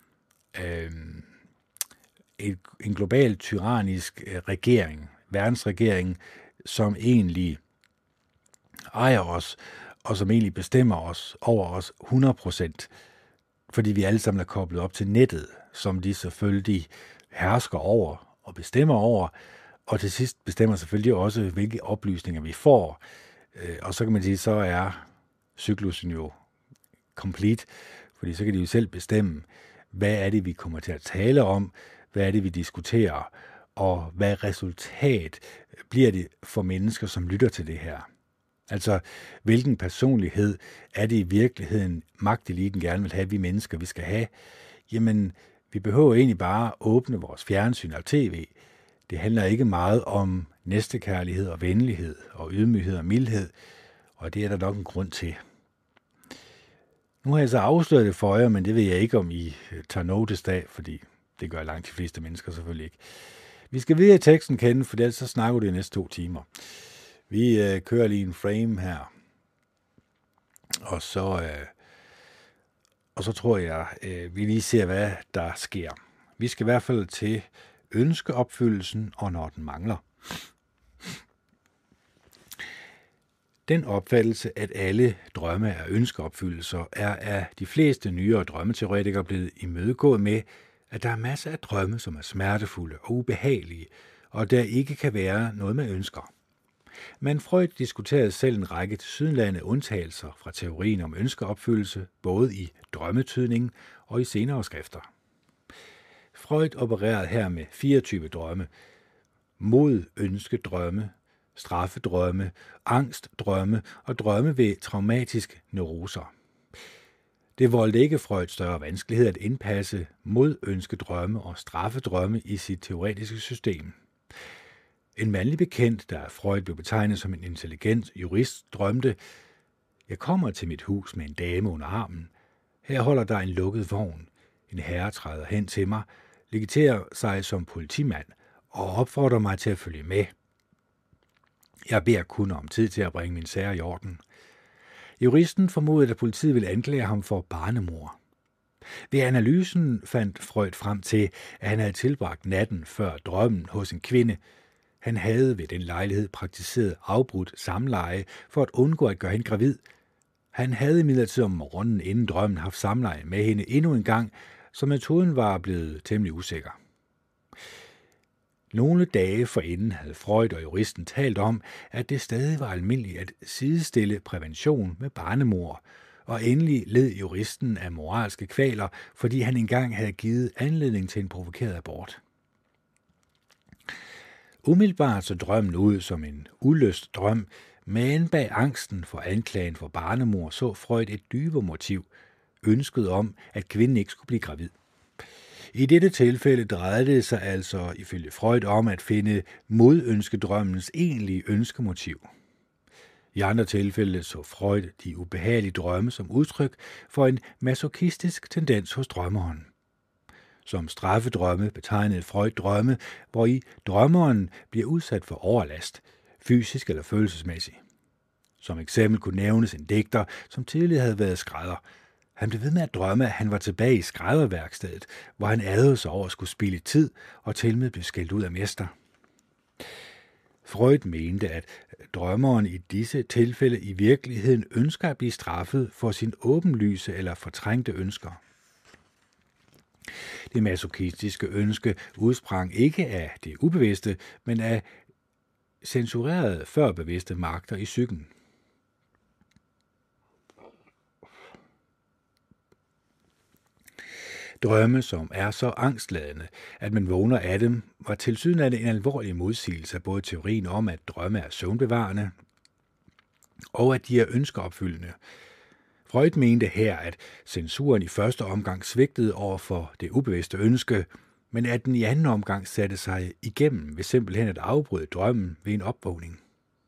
en global tyrannisk regering, verdensregering, som egentlig ejer os, og som egentlig bestemmer os over os 100%, fordi vi alle sammen er koblet op til nettet, som de selvfølgelig hersker over og bestemmer over, og til sidst bestemmer selvfølgelig også, hvilke oplysninger vi får. Og så kan man sige, så er cyklusen jo complete, fordi så kan de jo selv bestemme, hvad er det, vi kommer til at tale om, hvad er det, vi diskuterer, og hvad resultat bliver det for mennesker, som lytter til det her. Altså, hvilken personlighed er det i virkeligheden, magteliten gerne vil have, vi mennesker, vi skal have? Jamen, vi behøver egentlig bare åbne vores fjernsyn og tv. Det handler ikke meget om næstekærlighed og venlighed og ydmyghed og mildhed, og det er der nok en grund til. Nu har jeg så afsløret det for jer, men det ved jeg ikke, om I tager notice af, fordi det gør langt de fleste mennesker selvfølgelig ikke. Vi skal videre i teksten kende, for ellers så snakker det de næste 2 timer. Vi kører lige en frame her, og så tror jeg, vi lige ser, hvad der sker. Vi skal i hvert fald til ønskeopfyldelsen, og når den mangler. Den opfattelse, at alle drømme er ønskeopfyldelser, er af de fleste nyere drømmeteoretikere blevet imødegået med, at der er masser af drømme, som er smertefulde og ubehagelige, og der ikke kan være noget, man ønsker. Men Freud diskuterede selv en række tilsyneladende undtagelser fra teorien om ønskeopfyldelse, både i drømmetydningen og i senere skrifter. Freud opererede her med 4 typer drømme: mod ønskedrømme, straffedrømme, angstdrømme og drømme ved traumatisk neuroser. Det voldte ikke Freud større vanskelighed at indpasse mod ønskedrømme og straffedrømme i sit teoretiske system. En mandlig bekendt, der af Freud blev betegnet som en intelligent jurist, drømte: Jeg kommer til mit hus med en dame under armen. Her holder der en lukket vogn. En herre træder hen til mig, legiterer sig som politimand og opfordrer mig til at følge med. Jeg beder kun om tid til at bringe min sager i orden. Juristen formodede, at politiet ville anklage ham for barnemord. Ved analysen fandt Freud frem til, at han havde tilbragt natten før drømmen hos en kvinde. Han havde ved den lejlighed praktiseret afbrudt samleje for at undgå at gøre hende gravid. Han havde imidlertid om morgenen inden drømmen haft samleje med hende endnu en gang, så metoden var blevet temmelig usikker. Nogle dage forinden havde Freud og juristen talt om, at det stadig var almindeligt at sidestille prævention med barnemord, Og endelig led juristen af moralske kvaler, fordi han engang havde givet anledning til en provokeret abort. Umiddelbart så drømmen ud som en ulyst drøm, men bag angsten for anklagen for barnemord så Freud et dybere motiv, ønsket om, at kvinden ikke skulle blive gravid. I dette tilfælde drejede det sig altså ifølge Freud om at finde modønskedrømmens egentlige ønskemotiv. I andre tilfælde så Freud de ubehagelige drømme som udtryk for en masochistisk tendens hos drømmeren. Som straffedrømme betegnede Freud drømme, hvor i drømmeren bliver udsat for overlast, fysisk eller følelsesmæssig. Som eksempel kunne nævnes en digter, som tidligere havde været skrædder. Han blev ved med at drømme, at han var tilbage i skrædderværkstedet, hvor han ærgede sig over at skulle spilde tid og tilmed blev skældt ud af mester. Freud mente, at drømmeren i disse tilfælde i virkeligheden ønsker at blive straffet for sin åbenlyse eller fortrængte ønsker. Det masochistiske ønske udsprang ikke af det ubevidste, men af censurerede førbevidste magter i psyken. Drømme, som er så angstladende, at man vågner af dem, var tilsyneladende en alvorlig modsigelse af både teorien om, at drømme er søvnbevarende, og at de er ønskeopfyldende. Freud mente her, at censuren i første omgang svigtede over for det ubevidste ønske, men at den i anden omgang satte sig igennem ved simpelthen at afbryde drømmen ved en opvågning.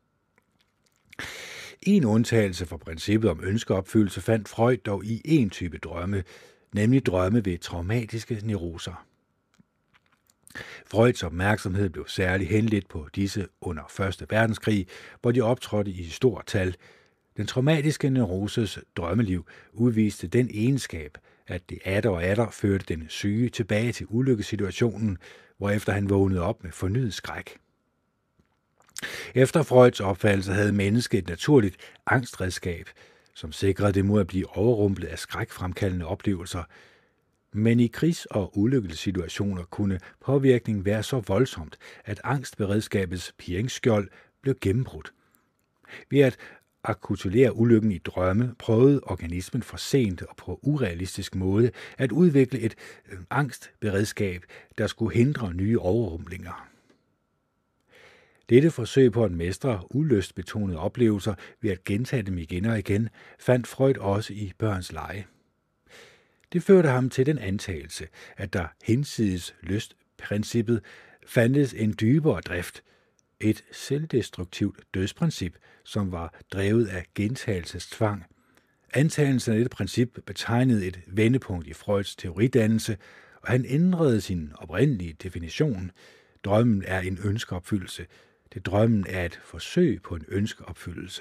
En undtagelse fra princippet om ønskeopfyldelse fandt Freud dog i en type drømme, nemlig drømme ved traumatiske neuroser. Freuds opmærksomhed blev særligt henledt på disse under 1. verdenskrig, hvor de optrådte i stort tal. Den traumatiske neuroses drømmeliv udviste den egenskab, at det atter og atter førte den syge tilbage til ulykkesituationen, hvorefter han vågnede op med fornyet skræk. Efter Freuds opfattelse havde mennesket et naturligt angstredskab, som sikrede det mod at blive overrumplet af skrækfremkaldende oplevelser. Men i krigs- og ulykkessituationer kunne påvirkningen være så voldsomt, at angstberedskabets pirringsskjold blev gennembrudt. Ved at akutulere ulykken i drømme prøvede organismen for sent og på urealistisk måde at udvikle et angstberedskab, der skulle hindre nye overrumplinger. Dette forsøg på at mestre ulystbetonede oplevelser ved at gentage dem igen og igen, fandt Freud også i børns lege. Det førte ham til den antagelse, at der hinsides lystprincippet fandtes en dybere drift, et selvdestruktivt dødsprincip, som var drevet af gentagelsestvang. Antagelsen af dette princip betegnede et vendepunkt i Freuds teoridannelse, og han ændrede sin oprindelige definition. Drømmen er en ønskeopfyldelse. Det drømmen er et forsøg på en ønskeopfyldelse.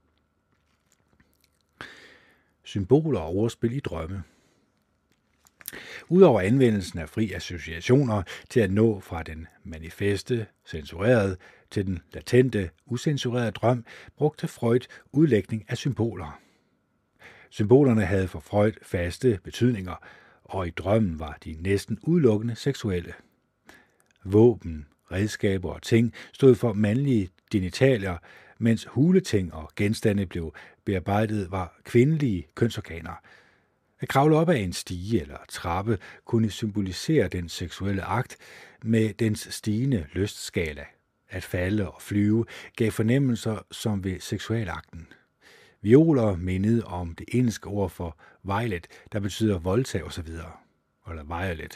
Symboler og ordspil i drømme. Udover anvendelsen af fri associationer til at nå fra den manifeste, censurerede, til den latente, ucensurerede drøm, brugte Freud udlægning af symboler. Symbolerne havde for Freud faste betydninger, og i drømmen var de næsten udelukkende seksuelle. Våben, redskaber og ting stod for mandlige genitalier, mens huleting og genstande blev bearbejdet var kvindelige kønsorganer. At kravle op ad en stige eller trappe kunne symbolisere den seksuelle akt med dens stigende lystskala. At falde og flyve gav fornemmelser som ved seksualakten. Violer mindede om det engelske ord for violet, der betyder voldtag osv. Eller violet.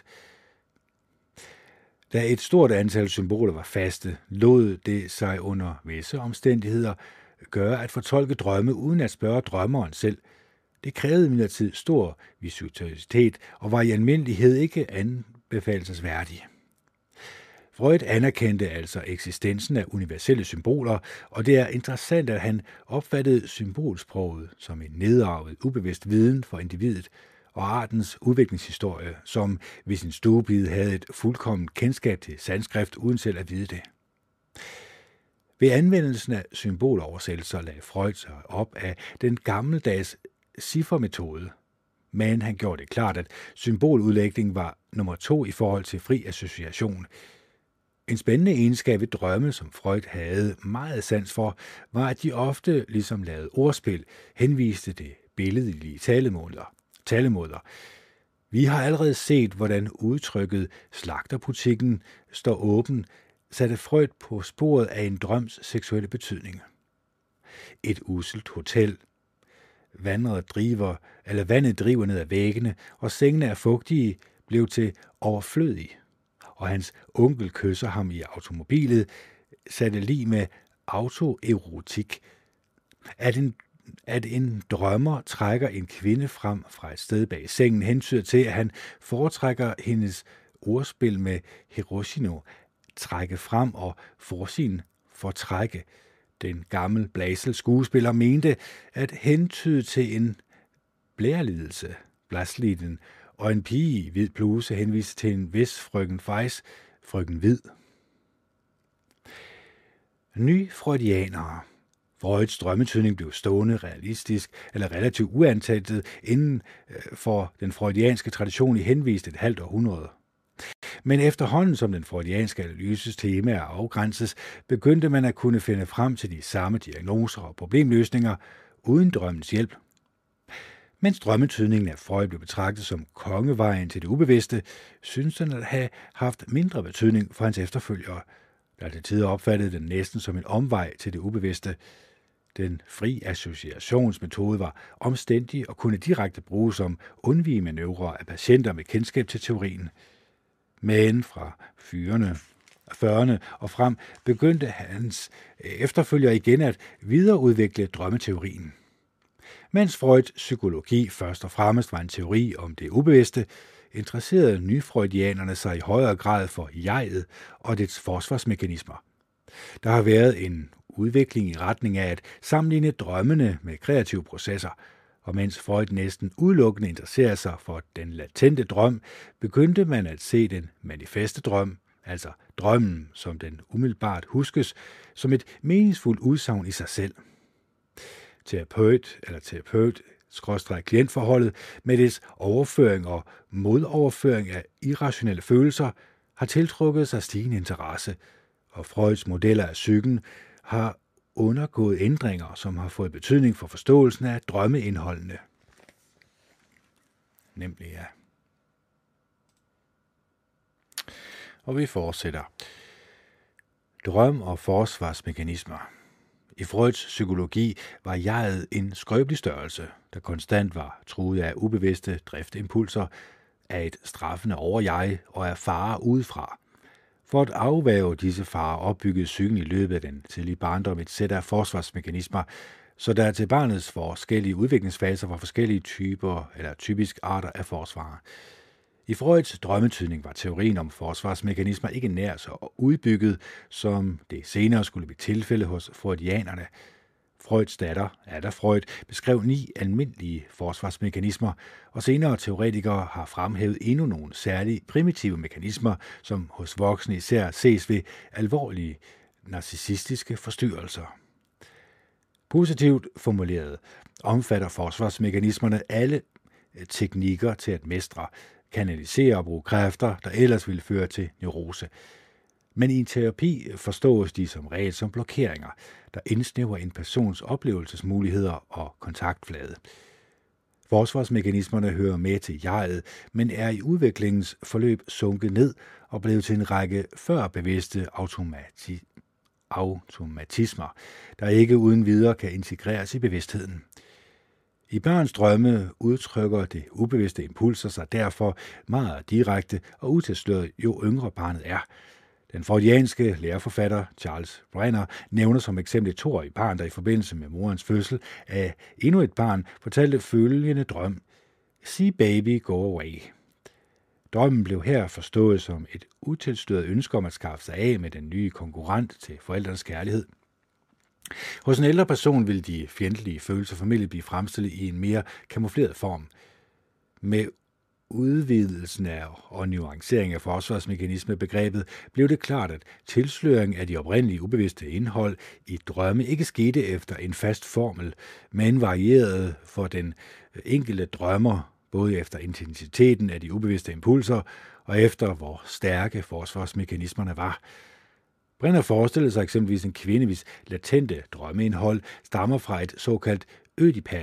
Da et stort antal symboler var faste, lod det sig under visse omstændigheder gøre at fortolke drømme uden at spørge drømmeren selv. Det krævede imidlertid stor visualitet og var i almindelighed ikke anbefalelsesværdig. Freud anerkendte altså eksistensen af universelle symboler, og det er interessant, at han opfattede symbolsproget som en nedarvet, ubevidst viden for individet og artens udviklingshistorie, som ved sin stuebid havde et fuldkommen kendskab til sanskrift uden selv at vide det. Ved anvendelsen af symboloversættelser lagde Freud sig op af den gammeldags ciffermetode, men han gjorde det klart, at symboludlægning var nummer 2 i forhold til fri association. En spændende egenskab ved drømme, som Freud havde meget sans for, var, at de ofte, ligesom lavede ordspil, henviste det billedlige talemåder. Vi har allerede set, hvordan udtrykket slagterbutikken står åben, satte Freud på sporet af en drøms seksuelle betydning. Et usselt hotel. Vandet driver ned ad væggene, og sengene er fugtige, blev til overflødige. Og hans onkel kysser ham i automobilet, satte lig med autoerotik. At en drømmer trækker en kvinde frem fra et sted bag sengen, hentyder til, at han foretrækker hendes ordspil med Hiroshino, trække frem og forsin fortrække. Den gamle Blasel skuespiller mente at hentyde til en blærelidelse, Blasliden, og en pige i hvid bluse henviste til en vis frøken Fejs, frøken Hvid. Ny freudianere. Freuds drømmetydning blev stående realistisk eller relativt uantastet inden for den freudianske tradition i henvist et halvt århundrede. Men efterhånden som den freudianske analyses temaer afgrænses, begyndte man at kunne finde frem til de samme diagnoser og problemløsninger uden drømmens hjælp. Mens drømmetydningen af Freud blev betragtet som kongevejen til det ubevidste, synes den at have haft mindre betydning for hans efterfølgere, der til tider opfattede den næsten som en omvej til det ubevidste. Den fri associationsmetode var omstændig og kunne direkte bruges som undvigemanøvrer af patienter med kendskab til teorien. Men fra 40'erne og frem begyndte hans efterfølgere igen at videreudvikle drømmeteorien. Mens Freuds psykologi først og fremmest var en teori om det ubevidste, interesserede nyfreudianerne sig i højere grad for jeget og dets forsvarsmekanismer. Der har været en udvikling i retning af at sammenligne drømmene med kreative processer, og mens Freud næsten udelukkende interesserede sig for den latente drøm, begyndte man at se den manifeste drøm, altså drømmen, som den umiddelbart huskes, som et meningsfuldt udsagn i sig selv. Terapeut/klientforholdet med dets overføring og modoverføring af irrationelle følelser har tiltrukket sig stigende interesse, og Freuds modeller af psyken har undergået ændringer, som har fået betydning for forståelsen af drømmeindholdene. Nemlig ja. Og vi fortsætter. Drøm og forsvarsmekanismer. I Freuds psykologi var jeget en skrøbelig størrelse, der konstant var truet af ubevidste driftimpulser, af et straffende overjeg og af farer udefra. For at afværge disse farer opbyggede psyken i løbet af den tidlige barndom et sæt af forsvarsmekanismer, så der til barnets forskellige udviklingsfaser var forskellige typer eller typisk arter af forsvar. I Freuds drømmetydning var teorien om forsvarsmekanismer ikke nær så udbygget, som det senere skulle blive tilfældet hos freudianerne. Freuds datter, Ada Freud, beskrev 9 almindelige forsvarsmekanismer, og senere teoretikere har fremhævet endnu nogle særlige primitive mekanismer, som hos voksne især ses ved alvorlige narcissistiske forstyrrelser. Positivt formuleret omfatter forsvarsmekanismerne alle teknikker til at mestre, kanalisere og bruge kræfter, der ellers ville føre til neurose. Men i en terapi forstås de som regel som blokeringer, der indsnævrer en persons oplevelsesmuligheder og kontaktflade. Forsvarsmekanismerne hører med til jeget, men er i udviklingens forløb sunket ned og blevet til en række førbevidste automatismer, der ikke uden videre kan integreres i bevidstheden. I børns drømme udtrykker det ubevidste impulser sig derfor meget direkte og utilsløret, jo yngre barnet er. Den freudianske lærerforfatter Charles Brenner nævner som eksempel et 2-årigt barn, der i forbindelse med morens fødsel af endnu et barn fortalte følgende drøm: "See baby go away." Drømmen blev her forstået som et utilstøret ønske om at skaffe sig af med den nye konkurrent til forældrenes kærlighed. Hos en ældre person vil de fjendtlige følelser formentlig blive fremstillet i en mere kamufleret form. Med udvidelsen af og nuancering af forsvarsmekanismebegrebet blev det klart, at tilsløring af de oprindelige ubevidste indhold i drømme ikke skete efter en fast formel, men varierede for den enkelte drømmer, både efter intensiteten af de ubevidste impulser og efter hvor stærke forsvarsmekanismerne var. Brenner forestillede sig eksempelvis en kvinde, hvis latente drømmeindhold stammer fra et såkaldt ødipalt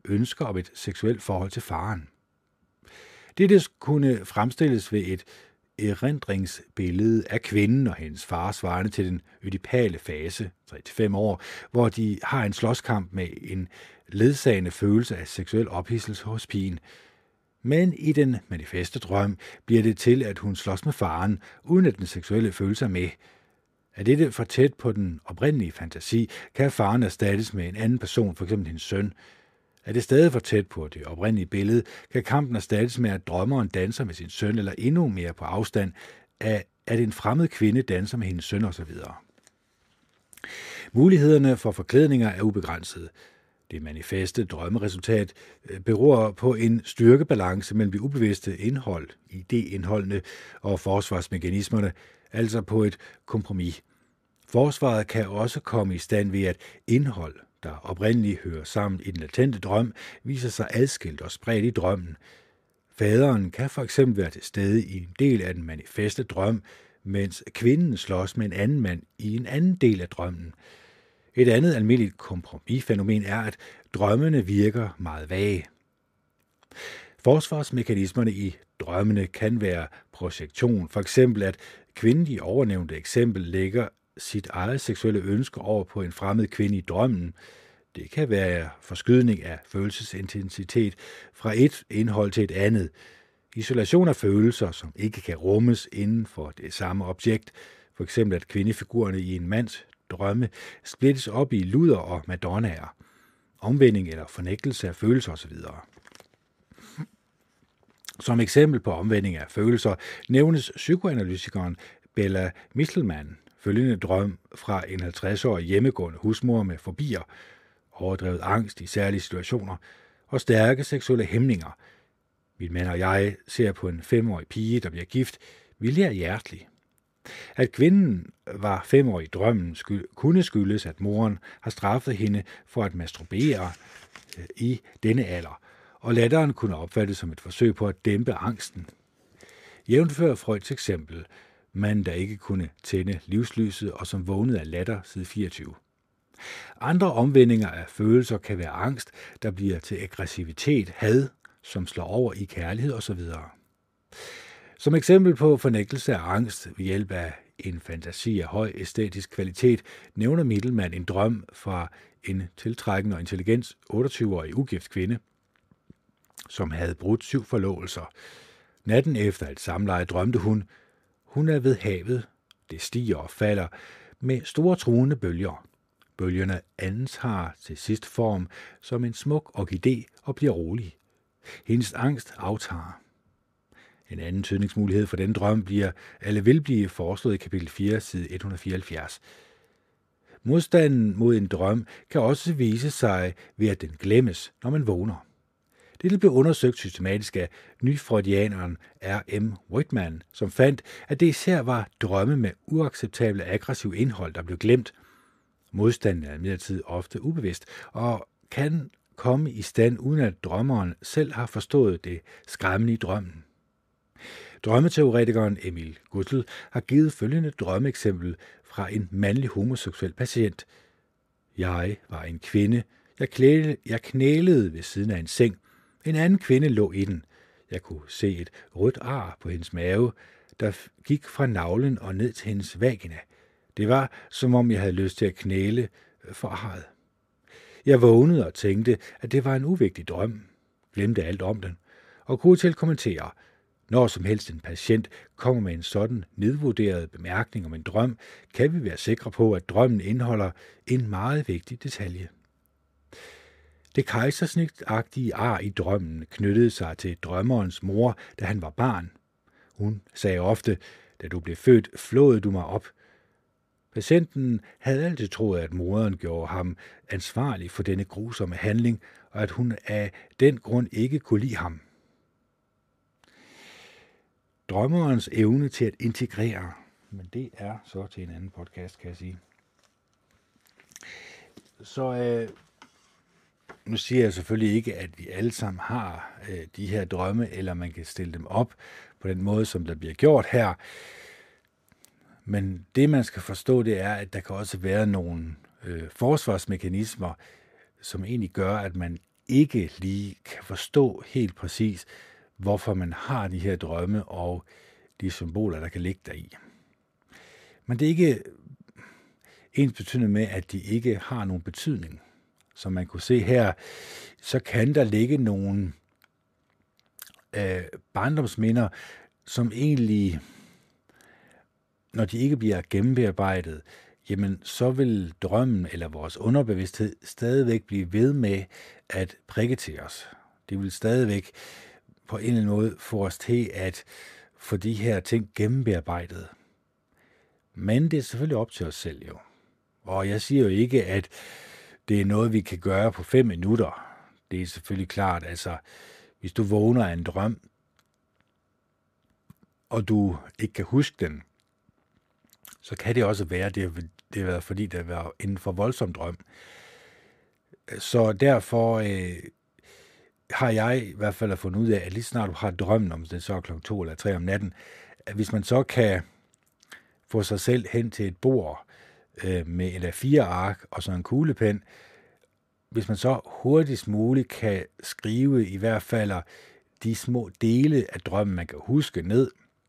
ønsker om et seksuelt forhold til faren. Dette kunne fremstilles ved et erindringsbillede af kvinden og hendes far svarende til den ødipale fase, 3-5 år, hvor de har en slåskamp med en ledsagende følelse af seksuel ophidselse hos pigen. Men i den manifeste drøm bliver det til, at hun slås med faren, uden at den seksuelle følelse er med. Er dette for tæt på den oprindelige fantasi, kan faren erstattes med en anden person, f.eks. hendes søn. Er det stadig for tæt på det oprindelige billede, kan kampen erstattes med, at drømmeren danser med sin søn, eller endnu mere på afstand, at en fremmed kvinde danser med hendes søn osv. Mulighederne for forklædninger er ubegrænsede. Det manifeste drømmeresultat beror på en styrkebalance mellem det ubevidste indhold, idéindholdene og forsvarsmekanismerne, altså på et kompromis. Forsvaret kan også komme i stand ved, at indhold, der oprindeligt hører sammen i den latente drøm, viser sig adskilt og spredt i drømmen. Faderen kan for eksempel være til stede i en del af den manifeste drøm, mens kvinden slås med en anden mand i en anden del af drømmen. Et andet almindeligt kompromisfænomen er, at drømmene virker meget vage. Forsvarsmekanismerne i drømmene kan være projektion, for eksempel at kvinden i overnævnte eksempel lægger sit eget seksuelle ønske over på en fremmed kvinde i drømmen. Det kan være forskydning af følelsesintensitet fra et indhold til et andet. Isolation af følelser, som ikke kan rummes inden for det samme objekt, for eksempel at kvindefigurerne i en mands drømme splittes op i luder og madonnaer, omvending eller fornægtelse af følelser osv. Som eksempel på omvending af følelser nævnes psykoanalytikeren Bella Mistelman følgende drøm fra en 50-årig hjemmegående husmor med fobier, overdrevet angst i særlige situationer og stærke seksuelle hæmninger. Min mand og jeg ser på en 5-årig pige, der bliver gift. Vi ler hjerteligt. At kvinden var 5 år i drømmen, kunne skyldes, at moren har straffet hende for at masturbere i denne alder, og latteren kunne opfattes som et forsøg på at dæmpe angsten. Jævnfør Freuds eksempel, manden der ikke kunne tænde livslyset og som vågnede af latter, side 24. Andre omvendinger af følelser kan være angst, der bliver til aggressivitet, had, som slår over i kærlighed osv. Som eksempel på fornægtelse af angst ved hjælp af en fantasi af høj æstetisk kvalitet, nævner Mittelmann en drøm fra en tiltrækkende og intelligent 28-årig ugift kvinde, som havde brudt 7 forlovelser. Natten efter et samleje drømte hun er ved havet. Det stiger og falder med store truende bølger. Bølgerne antager til sidst form som en smuk orkidé og bliver rolig. Hendes angst aftager. En anden tydningsmulighed for den drøm vil blive foreslået i kapitel 4, side 174. Modstanden mod en drøm kan også vise sig ved, at den glemmes, når man vågner. Dette blev undersøgt systematisk af nyfreudianeren R.M. Whitman, som fandt, at det især var drømme med uacceptable aggressiv indhold, der blev glemt. Modstanden er imidlertid ofte ubevidst og kan komme i stand, uden at drømmeren selv har forstået det skræmmende i drømmen. Drømmeteoretikeren Emil Guttl har givet følgende drømmeeksempel fra en mandlig homoseksuel patient. Jeg var en kvinde. Jeg knælede ved siden af en seng. En anden kvinde lå i den. Jeg kunne se et rødt ar på hendes mave, der gik fra navlen og ned til hendes vagina. Det var, som om jeg havde lyst til at knæle for arret. Jeg vågnede og tænkte, at det var en uvigtig drøm. Glemte alt om den, og kunne til kommentere. Når som helst en patient kommer med en sådan nedvurderet bemærkning om en drøm, kan vi være sikre på, at drømmen indeholder en meget vigtig detalje. Det kejsersnitagtige ar i drømmen knyttede sig til drømmerens mor, da han var barn. Hun sagde ofte, da du blev født, flåede du mig op. Patienten havde altid troet, at moderen gjorde ham ansvarlig for denne grusomme handling, og at hun af den grund ikke kunne lide ham. Drømmerens evne til at integrere, men det er så til en anden podcast, kan jeg sige. Så nu siger jeg selvfølgelig ikke, at vi alle sammen har de her drømme, eller man kan stille dem op på den måde, som der bliver gjort her. Men det, man skal forstå, det er, at der kan også være nogle forsvarsmekanismer, som egentlig gør, at man ikke lige kan forstå helt præcis, hvorfor man har de her drømme og de symboler, der kan ligge deri. Men det er ikke ensbetydende med, at de ikke har nogen betydning. Som man kunne se her, så kan der ligge nogle barndomsminder, som egentlig, når de ikke bliver gennembearbejdet, jamen så vil drømmen eller vores underbevidsthed stadigvæk blive ved med at prikke til os. Det vil stadigvæk på en eller anden måde få os til at få de her ting gennembearbejdet. Men det er selvfølgelig op til os selv jo. Og jeg siger jo ikke, at det er noget, vi kan gøre på 5 minutter. Det er selvfølgelig klart, altså hvis du vågner af en drøm, og du ikke kan huske den, så kan det også være, det har været fordi, det har været en for voldsom drøm. Så derfor har jeg i hvert fald fundet ud af, at lige snart du har drømmen, om det så er 2 eller 3 om natten, at hvis man så kan få sig selv hen til et bord med et A4-ark og så en kuglepen, hvis man så hurtigst muligt kan skrive i hvert fald de små dele af drømmen, man kan huske ned,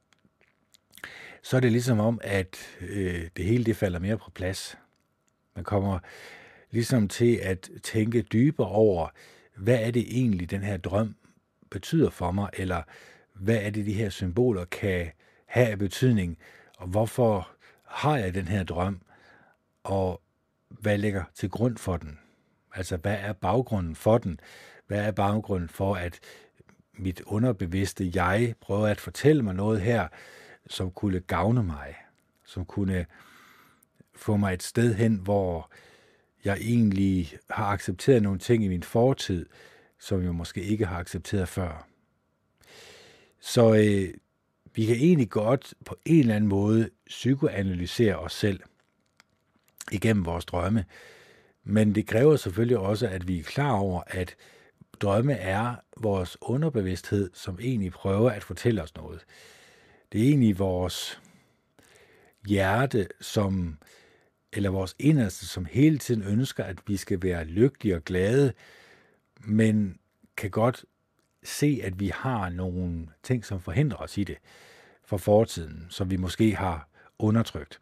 så er det ligesom om, at det hele det falder mere på plads. Man kommer ligesom til at tænke dybere over, hvad er det egentlig, den her drøm betyder for mig, eller hvad er det, de her symboler kan have af betydning, og hvorfor har jeg den her drøm, og hvad ligger til grund for den? Altså, hvad er baggrunden for den? Hvad er baggrunden for, at mit underbevidste jeg prøver at fortælle mig noget her, som kunne gavne mig, som kunne få mig et sted hen, hvor jeg egentlig har accepteret nogle ting i min fortid, som jeg måske ikke har accepteret før. Så vi kan egentlig godt på en eller anden måde psykoanalysere os selv igennem vores drømme, men det kræver selvfølgelig også, at vi er klar over, at drømme er vores underbevidsthed, som egentlig prøver at fortælle os noget. Det er egentlig vores hjerte, eller vores inderste, som hele tiden ønsker, at vi skal være lykkelige og glade, men kan godt se, at vi har nogle ting, som forhindrer os i det fra fortiden, som vi måske har undertrykt.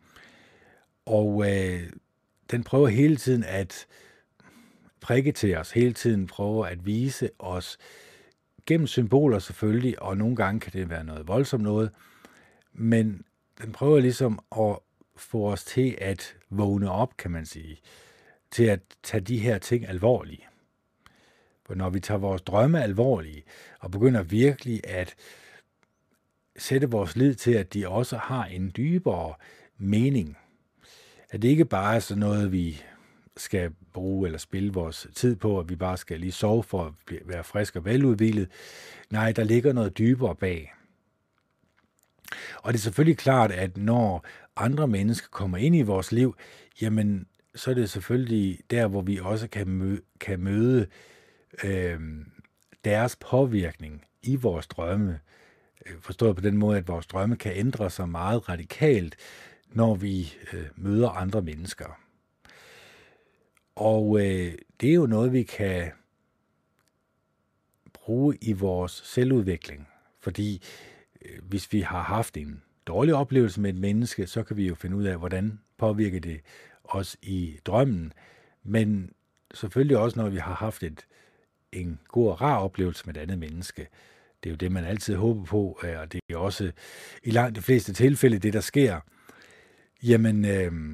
Og den prøver hele tiden at prikke til os, hele tiden prøver at vise os gennem symboler selvfølgelig, og nogle gange kan det være noget voldsomt noget, men den prøver ligesom at få os til at vågne op, kan man sige, til at tage de her ting alvorligt. For når vi tager vores drømme alvorligt, og begynder virkelig at sætte vores lid til, at de også har en dybere mening, at det ikke bare er sådan noget, vi skal bruge eller spille vores tid på, at vi bare skal lige sove for at være frisk og veludhvilet. Nej, der ligger noget dybere bag. Og det er selvfølgelig klart, at når andre mennesker kommer ind i vores liv, jamen, så er det selvfølgelig der, hvor vi også kan møde deres påvirkning i vores drømme. Forstået på den måde, at vores drømme kan ændre sig meget radikalt, når vi møder andre mennesker. Og det er jo noget, vi kan bruge i vores selvudvikling, fordi hvis vi har haft en dårlig oplevelse med et menneske, så kan vi jo finde ud af, hvordan påvirker det os i drømmen, men selvfølgelig også, når vi har haft en god og rar oplevelse med et andet menneske. Det er jo det, man altid håber på, og det er også i langt de fleste tilfælde det, der sker. Jamen,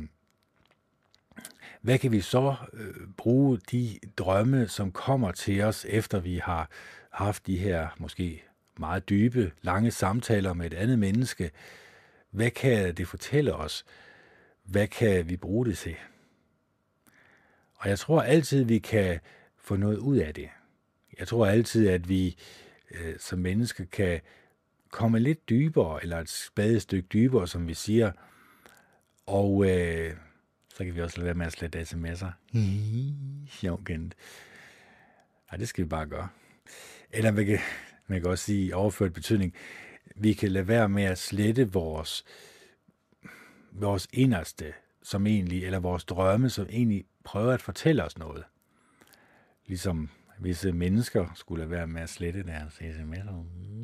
hvad kan vi så bruge de drømme, som kommer til os, efter vi har haft de her måske meget dybe, lange samtaler med et andet menneske? Hvad kan det fortælle os? Hvad kan vi bruge det til? Og jeg tror altid, vi kan få noget ud af det. Jeg tror altid, at vi som mennesker kan komme lidt dybere, eller et spadestykke dybere, som vi siger. Og så kan vi også lade være med at slette sms'er. Sjovt kendt. Ja, det skal vi bare gøre. Eller man kan også sige i overført betydning, vi kan lade være med at slette vores inderste, som egentlig, eller vores drømme, som egentlig prøver at fortælle os noget. Ligesom hvis mennesker skulle lade være med at slette deres sms'er.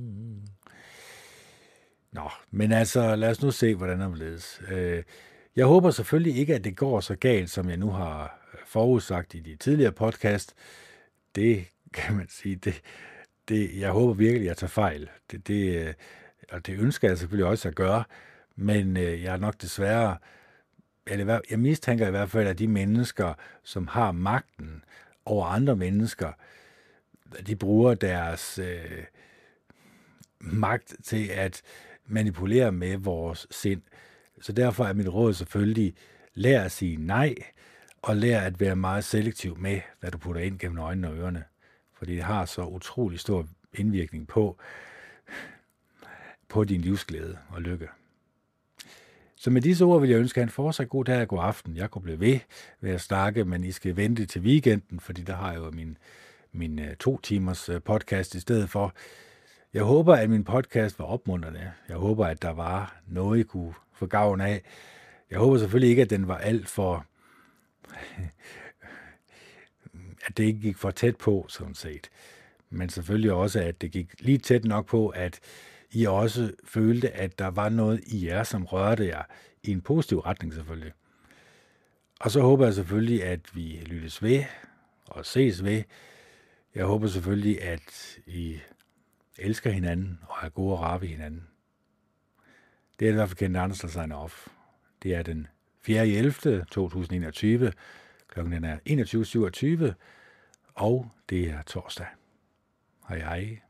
Nå, men altså, lad os nu se, hvordan det ledes. Jeg håber selvfølgelig ikke, at det går så galt, som jeg nu har forudsagt i de tidligere podcast. Det kan man sige, jeg håber virkelig, at jeg tager fejl. Og det ønsker jeg selvfølgelig også at gøre, men jeg er nok desværre, eller jeg mistænker i hvert fald, at de mennesker, som har magten over andre mennesker, de bruger deres magt til at manipulere med vores sind. Så derfor er mit råd selvfølgelig, lær at sige nej, og lær at være meget selektiv med, hvad du putter ind gennem øjnene og ørerne. Fordi det har så utrolig stor indvirkning på din livsglæde og lykke. Så med disse ord vil jeg ønske jer en fortsat god dag og god aften. Jeg kunne blive ved at snakke, men I skal vente til weekenden, fordi der har jeg jo min 2 timers podcast i stedet for. Jeg håber, at min podcast var opmuntrende. Jeg håber, at der var noget, I kunne få gavn af. Jeg håber selvfølgelig ikke, at den var alt for... at det ikke gik for tæt på, sådan set. Men selvfølgelig også, at det gik lige tæt nok på, at I også følte, at der var noget i jer, som rørte jer i en positiv retning selvfølgelig. Og så håber jeg selvfølgelig, at vi lyttes ved og ses ved. Jeg håber selvfølgelig, at I elsker hinanden og er gode og rare ved hinanden. Det er i hvert fald Kent Andersen, der signer off. Det er den 4.11.2021. Klokken er 21.27, og det er torsdag. Hej hej.